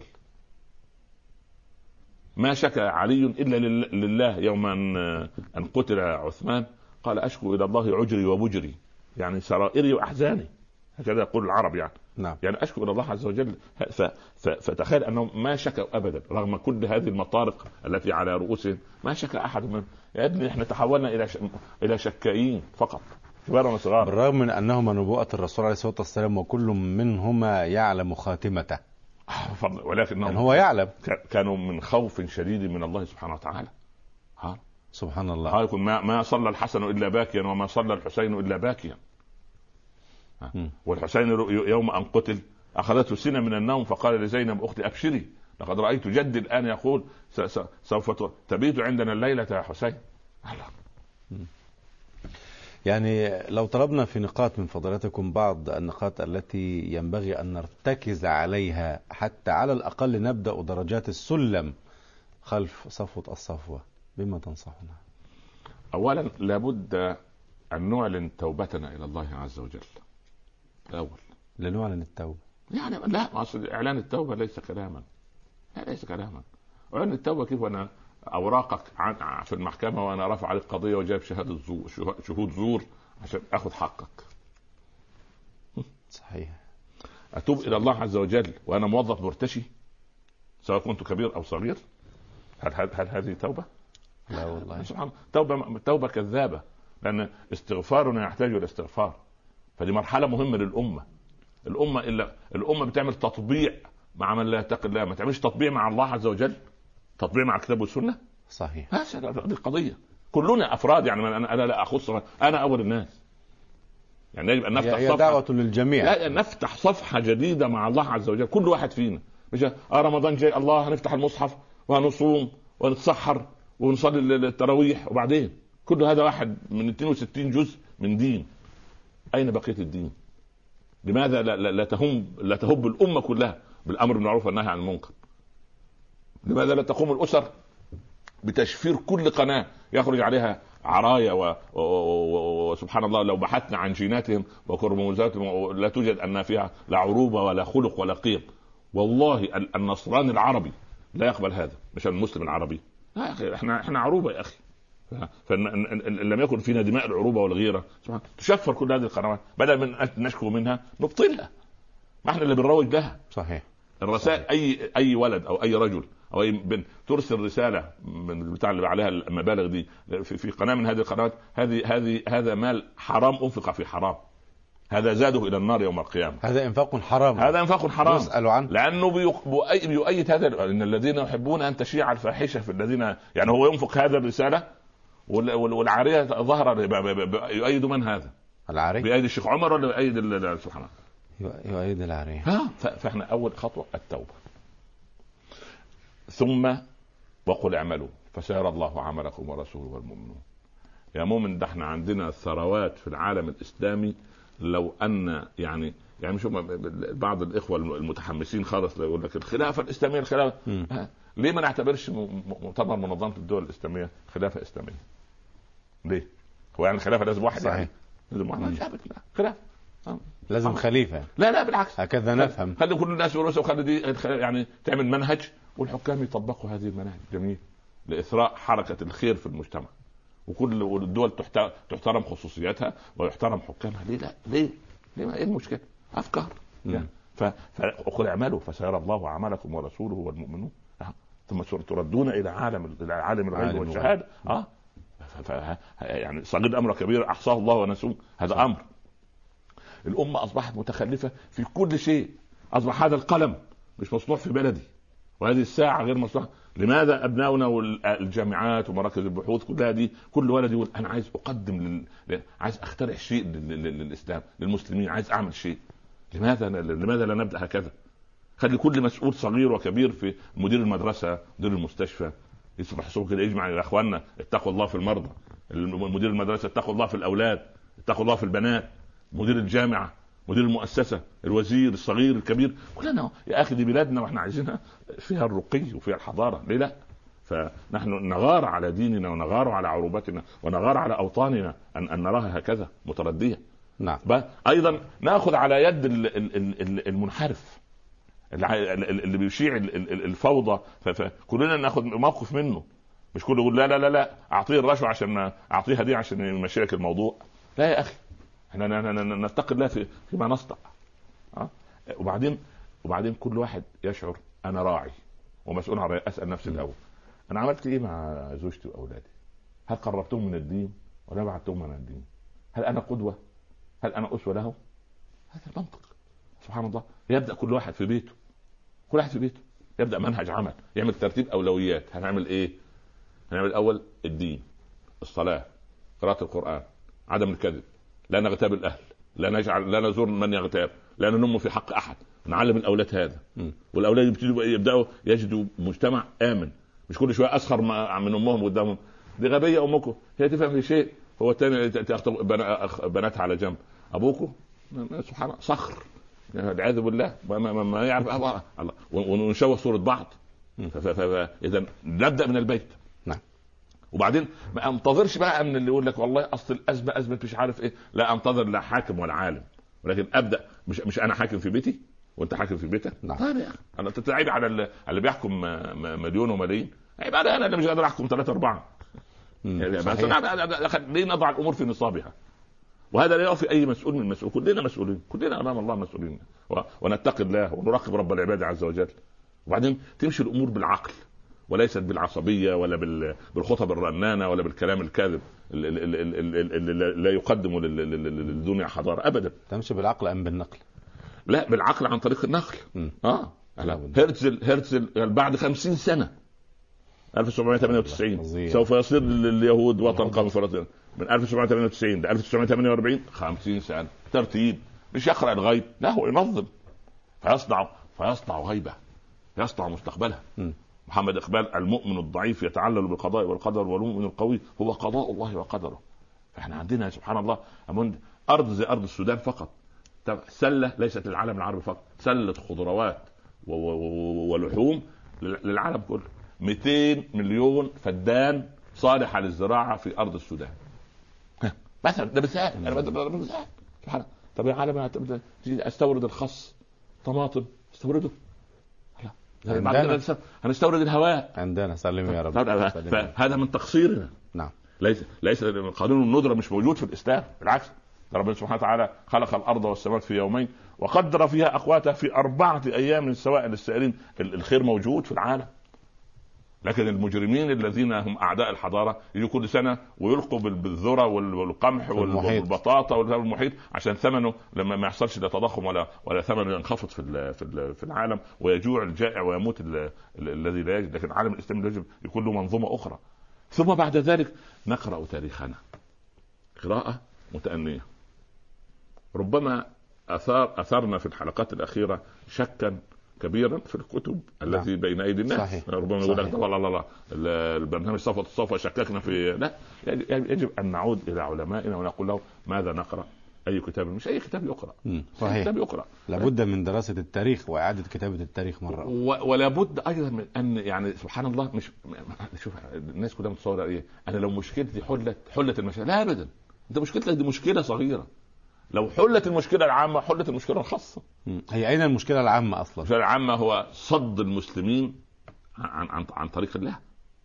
ما شكى علي إلا لله يوم أن قتل عثمان، قال أشكو إلى الله عجري وبجري، يعني سرائري وأحزاني، هكذا يقول العرب يعني. نعم. يعني أشكو إلى الله عز وجل. ف... ف... فتخيل أنهم ما شكوا أبدا رغم كل هذه المطارق التي على رؤوسهم، ما شكى أحد منهم. يا ابني إحنا تحولنا إلى ش... إلى شكائين فقط، كبار وصغار، بالرغم من أنهما نبوءة الرسول عليه الصلاة والسلام وكل منهما يعلم خاتمته، ولكن يعني هو يعلم. كانوا من خوف شديد من الله سبحانه وتعالى. ها سبحان الله. ها يكون ما ما صلى الحسن الا باكيا وما صلى الحسين الا باكيا. والحسين يوم ان قتل اخذته سنه من النوم فقال لزينب اختي ابشري لقد رايت جدي الان يقول سوف تبيت عندنا الليله يا حسين. الله. يعني لو طلبنا في نقاط من فضلاتكم بعض النقاط التي ينبغي أن نرتكز عليها حتى على الأقل نبدأ درجات السلم خلف صفوة الصفوة، بما تنصحنا؟ أولا لابد أن نعلن توبتنا إلى الله عز وجل. الأول لنعلن التوبة، يعني لا أصل إعلان التوبة ليس كلاما، لا ليس كلاما. إعلان التوبة كيف أنا أوراقك في المحكمة وأنا رافع عليك قضية وجايب شهادة زور شهود زور عشان أخذ حقك. صحيح. أتوب صحيح. إلى الله عز وجل وأنا موظف مرتشي سواء كنت كبير أو صغير، هل هل, هل هذه توبة؟ لا والله. سبحان توبة توبة كذابة، لأن استغفارنا يحتاج إلى استغفار. فدي مرحلة مهمة للأمة. الأمة إلا الأمة بتعمل تطبيع مع من لا يتقي الله، ما تعملش تطبيع مع الله عز وجل، تطبيع مع الكتاب والسنة. صحيح. هذه القضية. كلنا أفراد، يعني أنا أنا لا أخص، أنا أول الناس. يعني يجب أن نفتح هي صفحة دعوة للجميع. لا نفتح صفحة جديدة مع الله عز وجل، كل واحد فينا. مش آه رمضان جاي الله هنفتح المصحف وهنصوم ونتسحر ونصلي التراويح، وبعدين كل هذا واحد من اثنين وستين جزء من دين. أين بقية الدين؟ لماذا لا, لا, لا تهم لا تهب الأمة كلها بالأمر بالمعروف والنهي عن المنكر؟ لماذا لا تقوم الأسر بتشفير كل قناة يخرج عليها عرايا و... و... و... وسبحان الله لو بحثنا عن جيناتهم وكروموزاتهم لا توجد أن فيها لا عروبة ولا خلق ولا قيم. والله النصراني العربي لا يقبل هذا، مش المسلم العربي. لا يا أخي، احنا احنا عروبة يا أخي. فإن لم يكن فينا دماء العروبة والغيرة تشفر كل هذه القنوات، بدل من نشكو منها نبطلها. ما احنا اللي بنروج لها. صحيح. الرسائل صحيح. اي اي ولد او اي رجل او اي بنت ترسل رساله من البتاع اللي عليها المبالغ دي في, في قناه من هذه القنوات، هذه هذه هذا مال حرام انفق في حرام، هذا زاده الى النار يوم القيامه. هذا انفاق حرام، هذا انفاق حرام يسأل عنه، لانه بيؤيد هذا، ان الذين يحبون ان تشيع الفاحشه في الذين، يعني هو ينفق هذا الرساله والعاريه ظهر يؤيد من هذا؟ العاري بيؤيد الشيخ عمر ولا بيؤيد سبحان الله؟ يؤيد العاري. ها فاحنا اول خطوه التوبه، ثم وقل اعملوا فسيرى الله عملكم ورسوله والمؤمنون. يا مؤمن ده احنا عندنا ثروات في العالم الاسلامي، لو ان يعني يعني مش هم بعض الاخوه المتحمسين خالص يقول لك الخلافه الاسلاميه الخلافه م. ليه ما نعتبرش مؤتمر منظمه الدول الاسلاميه خلافه اسلاميه؟ ليه؟ هو يعني الخلافه لازم واحد؟ صحيح. يعني لازم واحد خلافه لازم آه. خليفه؟ لا لا بالعكس، هكذا نفهم. خلي كل الناس يروسوا وخلي دي يعني تعمل منهج والحكام يطبقوا هذه المناهج. جميل، لاثراء حركه الخير في المجتمع، وكل الدول تحترم خصوصياتها ويحترم حكامها. ليه لا؟ ليه؟ ليه؟ ايه المشكله؟ افكار يعني. فقل اعملوا فسيرى الله عملكم ورسوله والمؤمنون ثم تردون الى عالم الى عالم الغيب والشهاده. اه ف... يعني صغير الامر كبير احصاه الله ونسوه. هذا امر. الامه اصبحت متخلفه في كل شيء. اصبح هذا القلم مش مصنوع في بلدي، وهذه الساعه غير مصنوعه. لماذا ابناؤنا والجامعات ومراكز البحوث كلها دي كل ولد يقول انا عايز اقدم لل... عايز اخترع شيء لل... للاسلام للمسلمين، عايز اعمل شيء. لماذا لماذا لا نبدا هكذا؟ خلي كل مسؤول صغير وكبير في مدير المدرسه، مدير المستشفى، يصبح صوت كده يجمع يا اخواننا اتقوا الله في المرضى، مدير المدرسه اتقوا الله في الاولاد، اتقوا الله في البنات، مدير الجامعه، مدير المؤسسه، الوزير الصغير الكبير، كلنا يا اخي دي بلادنا واحنا عايزينها فيها الرقي وفيها الحضاره. ليه لا؟ فنحن نغار على ديننا ونغار على عروبتنا ونغار على اوطاننا ان ان نراها هكذا مترديه. نعم. ايضا ناخذ على يد المنحرف اللي بيشيع الفوضى، فكلنا ناخذ موقف منه. مش كله يقول لا لا لا لا اعطيه الرشوه عشان اعطيها دي عشان يمشي لك الموضوع. لا يا اخي، احنا نتقي الله في فيما نصنع. أه؟ وبعدين وبعدين كل واحد يشعر انا راعي ومسؤول عن. اسال نفسي الاول انا عملت ايه مع زوجتي واولادي؟ هل قربتهم من الدين ولا بعدتهم من الدين؟ هل انا قدوه؟ هل انا اسوه لهم؟ هذا المنطق. سبحان الله. يبدا كل واحد في بيته، كل واحد في بيته يبدا منهج عمل، يعمل ترتيب اولويات. هنعمل ايه؟ هنعمل الاول الدين، الصلاه، قراءه القران، عدم الكذب، لا نغتاب الاهل، لا نجعل لا نزور من يغتاب، لا ننم في حق احد. نعلم الاولاد هذا. م. والاولاد يبداوا يجدوا مجتمع امن، مش كل شويه اسخر من امهم قدامهم. دي غبيه امكم، هي تفهم في شيء. هو الثاني تاخذ بناتها على جنب، ابوكم سبحان الله صخر والعياذ بالله ما, ما, ما يعرف الله، ونشوه صوره بعض. اذا نبدا من البيت. نعم. وبعدين ما انتظرش بقى من اللي يقول لك والله اصل الازمه ازمه مش عارف ايه. لا انتظر لا حاكم ولا عالم، ولكن ابدا مش مش انا حاكم في بيتي وانت حاكم في بيتك. نعم. طيب يا اخي انا تتعيب على اللي بيحكم مليون وملايين، عيب علي انا اللي مش قادر احكم ثلاثة أربعة. يعني ليه نضع الامور في نصابها؟ وهذا لا يعفي اي مسؤول من المسؤول. كلنا مسؤولين، كلنا امام الله مسؤولين، ونتقي الله ونراقب رب العباد عز وجل. وبعدين تمشي الامور بالعقل وليست بالعصبيه ولا بالخطب الرنانه ولا بالكلام الكاذب اللي لا يقدم للدنيا حضاره ابدا. تمشي بالعقل ام بالنقل؟ لا بالعقل عن طريق النقل. م. اه هرتزل هرتزل بعد خمسين سنه ألف وسبعمائة وثمانية وتسعين سوف يصير لليهود وطن قومي فلسطين. من ألف وسبعمائة وثمانية وتسعين ل ألف وتسعمائة وثمانية وأربعين خمسين سنه ترتيب. مش يقرأ الغيب، لا هو ينظم فيصنع فيصنع غيبه، يصنع مستقبلها. م. محمد إقبال المؤمن الضعيف يتعلل بالقضاء والقدر، والمؤمن القوي هو قضاء الله وقدره. فاحنا عندنا سبحان الله ارض زي ارض السودان فقط، سله ليست للعالم العربي فقط، سله خضروات ولحوم للعالم كله. مئتين مليون فدان صالحه للزراعه في ارض السودان مثلا. ده مثال، انا بضرب مثال. سبحان الله. طب يا عالم استورد الخس، طماطم استورده، عندنا هنستورد الهواء عندنا. سلم يا رب. فهذا من تقصيرنا. نعم. ليس ليس قانون الندرة مش موجود في الإسلام، بالعكس. ربنا سبحانه وتعالى خلق الأرض والسماوات في يومين وقدر فيها أقواتها في أربعة أيام سواء للسائلين. الخير موجود في العالم، لكن المجرمين الذين هم أعداء الحضارة يجوا كل سنة ويلقوا بالذرة والقمح والبطاطا والمحيط عشان ثمنه لما ما يحصلش لا تضخم ولا ولا ثمنه ينخفض في في العالم، ويجوع الجائع ويموت الذي لا يجد. لكن العالم الإسلامي يجب يكون له منظومة أخرى. ثم بعد ذلك نقرأ تاريخنا قراءة متأنية. ربما أثار أثرنا في الحلقات الأخيرة شكا كبيرا في الكتب التي نعم. بين ايدي الناس. صحيح. ربما يقول لك لا لا لا البرنامج صفوة الصفوة شككنا في. لا، يجب ان نعود الى علمائنا ونقول له ماذا نقرا، اي كتاب، مش اي كتاب يقرا. صحيح. كتاب يقرا لابد من دراسه التاريخ واعاده كتابه التاريخ مره، و... ولا بد ايضا من ان يعني سبحان الله، مش شوف الناس كلها متصوره ايه، انا لو مشكلتي حلت حلت المشكله، لا ابدا، انت مشكلتك دي مشكله صغيره. لو حلت المشكله العامه حلت المشكله الخاصه. هي اين المشكله العامه اصلا؟ المشكله العامه هو صد المسلمين عن عن عن طريق الله.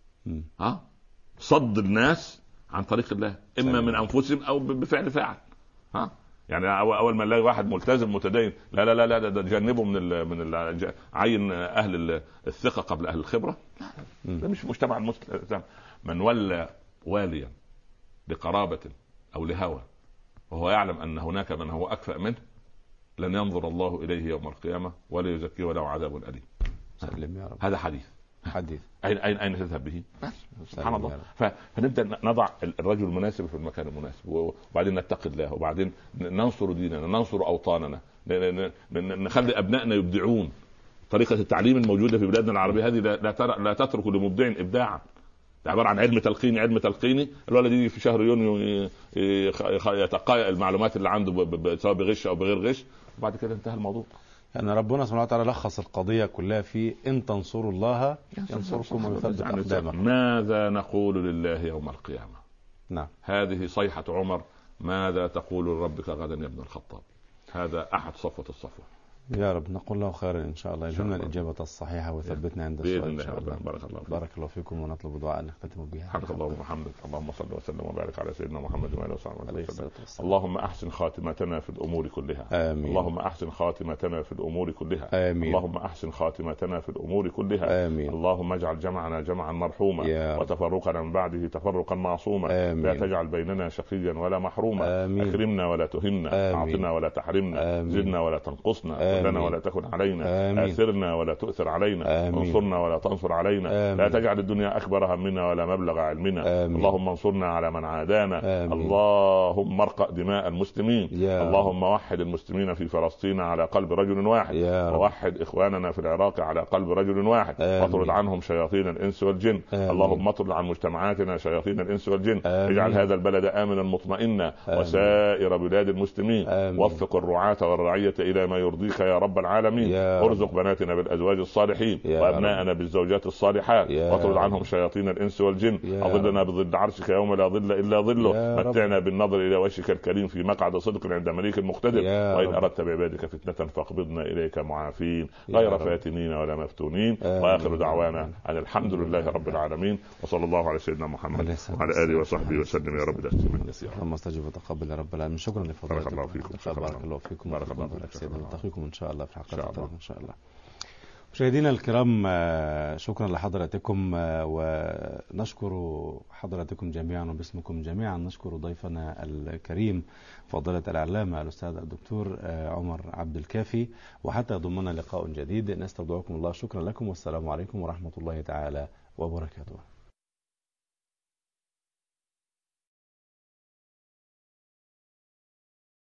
ها، صد الناس عن طريق الله، اما سلام. من انفسهم او بفعل فاعل. ها، يعني اول ما نلاقي واحد ملتزم متدين، لا لا لا لا ده جنبه من ال من ال عين اهل الثقه قبل اهل الخبره. لا، ده مش مجتمع المسلم. من ولى واليا لقرابه او لهوى وهو يعلم ان هناك من هو اكفأ منه، لن ينظر الله اليه يوم القيامه ولا يزكيه وله عذاب اليم. سلم يا رب. هذا حديث حديث اين اين اين تذهب به؟ سبحان الله. فنبدا نضع الرجل المناسب في المكان المناسب، وبعدين نتقي الله، وبعدين ننصر ديننا، ننصر اوطاننا، نخلي ابنائنا يبدعون. طريقه التعليم الموجوده في بلادنا العربيه هذه لا ترى لا تترك لمبدع ابداعا. عباره عن علم تلقيني علم تلقيني الولد يجي في شهر يونيو يتقايا المعلومات اللي عنده سواء بغش او بغير غش، وبعد كده انتهى الموضوع. يعني ربنا سبحانه وتعالى لخص القضية كلها في إن تنصروا الله ينصركم ويثبت أقدامكم. ماذا نقول لله يوم القيامة؟ نعم. هذه صيحة عمر، ماذا تقول لربك غدا يا ابن الخطاب؟ هذا أحد صفوة الصفوة. يا رب نقول له خيرا إن شاء الله، يلهمنا الإجابة الصحيحة وثبتنا عند السؤال إن شاء الله. بارك الله فيكم. بارك الله فيكم، ونطلب دعاء نختتم بها. حمد الله وحمدك، اللهم صل وسلم وبارك على سيدنا محمد وعلى آله وصحبه. اللهم أحسن خاتمتنا في الأمور كلها. آمين. اللهم أحسن خاتمتنا في الأمور كلها. آمين. اللهم أحسن خاتمتنا في الأمور كلها. آمين. اللهم اجعل جمعنا جمعا مرحوما وتفرقنا من بعده تفرقا معصوما. آمين. لا تجعل بيننا شقيا ولا محروما. آمين. أكرمنا ولا تهنا، أعطنا ولا تحرمنا، زدنا ولا تنقصنا، لنا ولا تكن علينا، آثرنا ولا تؤثر علينا، انصرنا ولا تنصر علينا. لا تجعل الدنيا أكبر همنا ولا مبلغ علمنا. آمين. اللهم انصرنا على من عادانا. آمين. اللهم ارقى دماء المسلمين. اللهم وحد المسلمين في فلسطين على قلب رجل واحد، ووحد إخواننا في العراق على قلب رجل واحد، واطرد عنهم شياطين الإنس والجن. آمين. اللهم اطرد عن مجتمعاتنا شياطين الإنس والجن. آمين. اجعل هذا البلد آمنا مطمئنا، وسائر بلاد المسلمين. آمين. وفق الرعاة والرعية إلى ما يرضيك يا رب العالمين. ارزق بناتنا بالأزواج الصالحين وأبناءنا بالزوجات الصالحات، واطرد عنهم شياطين الإنس والجن. أظلنا بظل عرشك يوم لا ظل إلا ظله. متعنا بالنظر إلى وجهك الكريم في مقعد صدق عند مليك مقتدر. وإن أردت بعبادك فتنة فاقبضنا إليك معافين غير فاتنين ولا مفتونين. وآخر دعوانا أن الحمد لله رب العالمين، وصلى الله على سيدنا محمد وعلى آله وصحبه وسلم يا رب. اللهم استجب وتقبل يا رب العالمين. شكرا لفضلاتكم. بارك الله فيكم. بارك الله فيكم. بارك الله فيكم. نلتقيكم إن شاء الله في حلقة إن شاء الله. مشاهدينا الكرام، شكرا لحضراتكم، ونشكر حضراتكم جميعا وباسمكم جميعا نشكر ضيفنا الكريم فضيلة العلامة الأستاذ الدكتور عمر عبد الكافي. وحتى يضمنا لقاء جديد نستودعكم الله. شكرا لكم والسلام عليكم ورحمة الله تعالى وبركاته.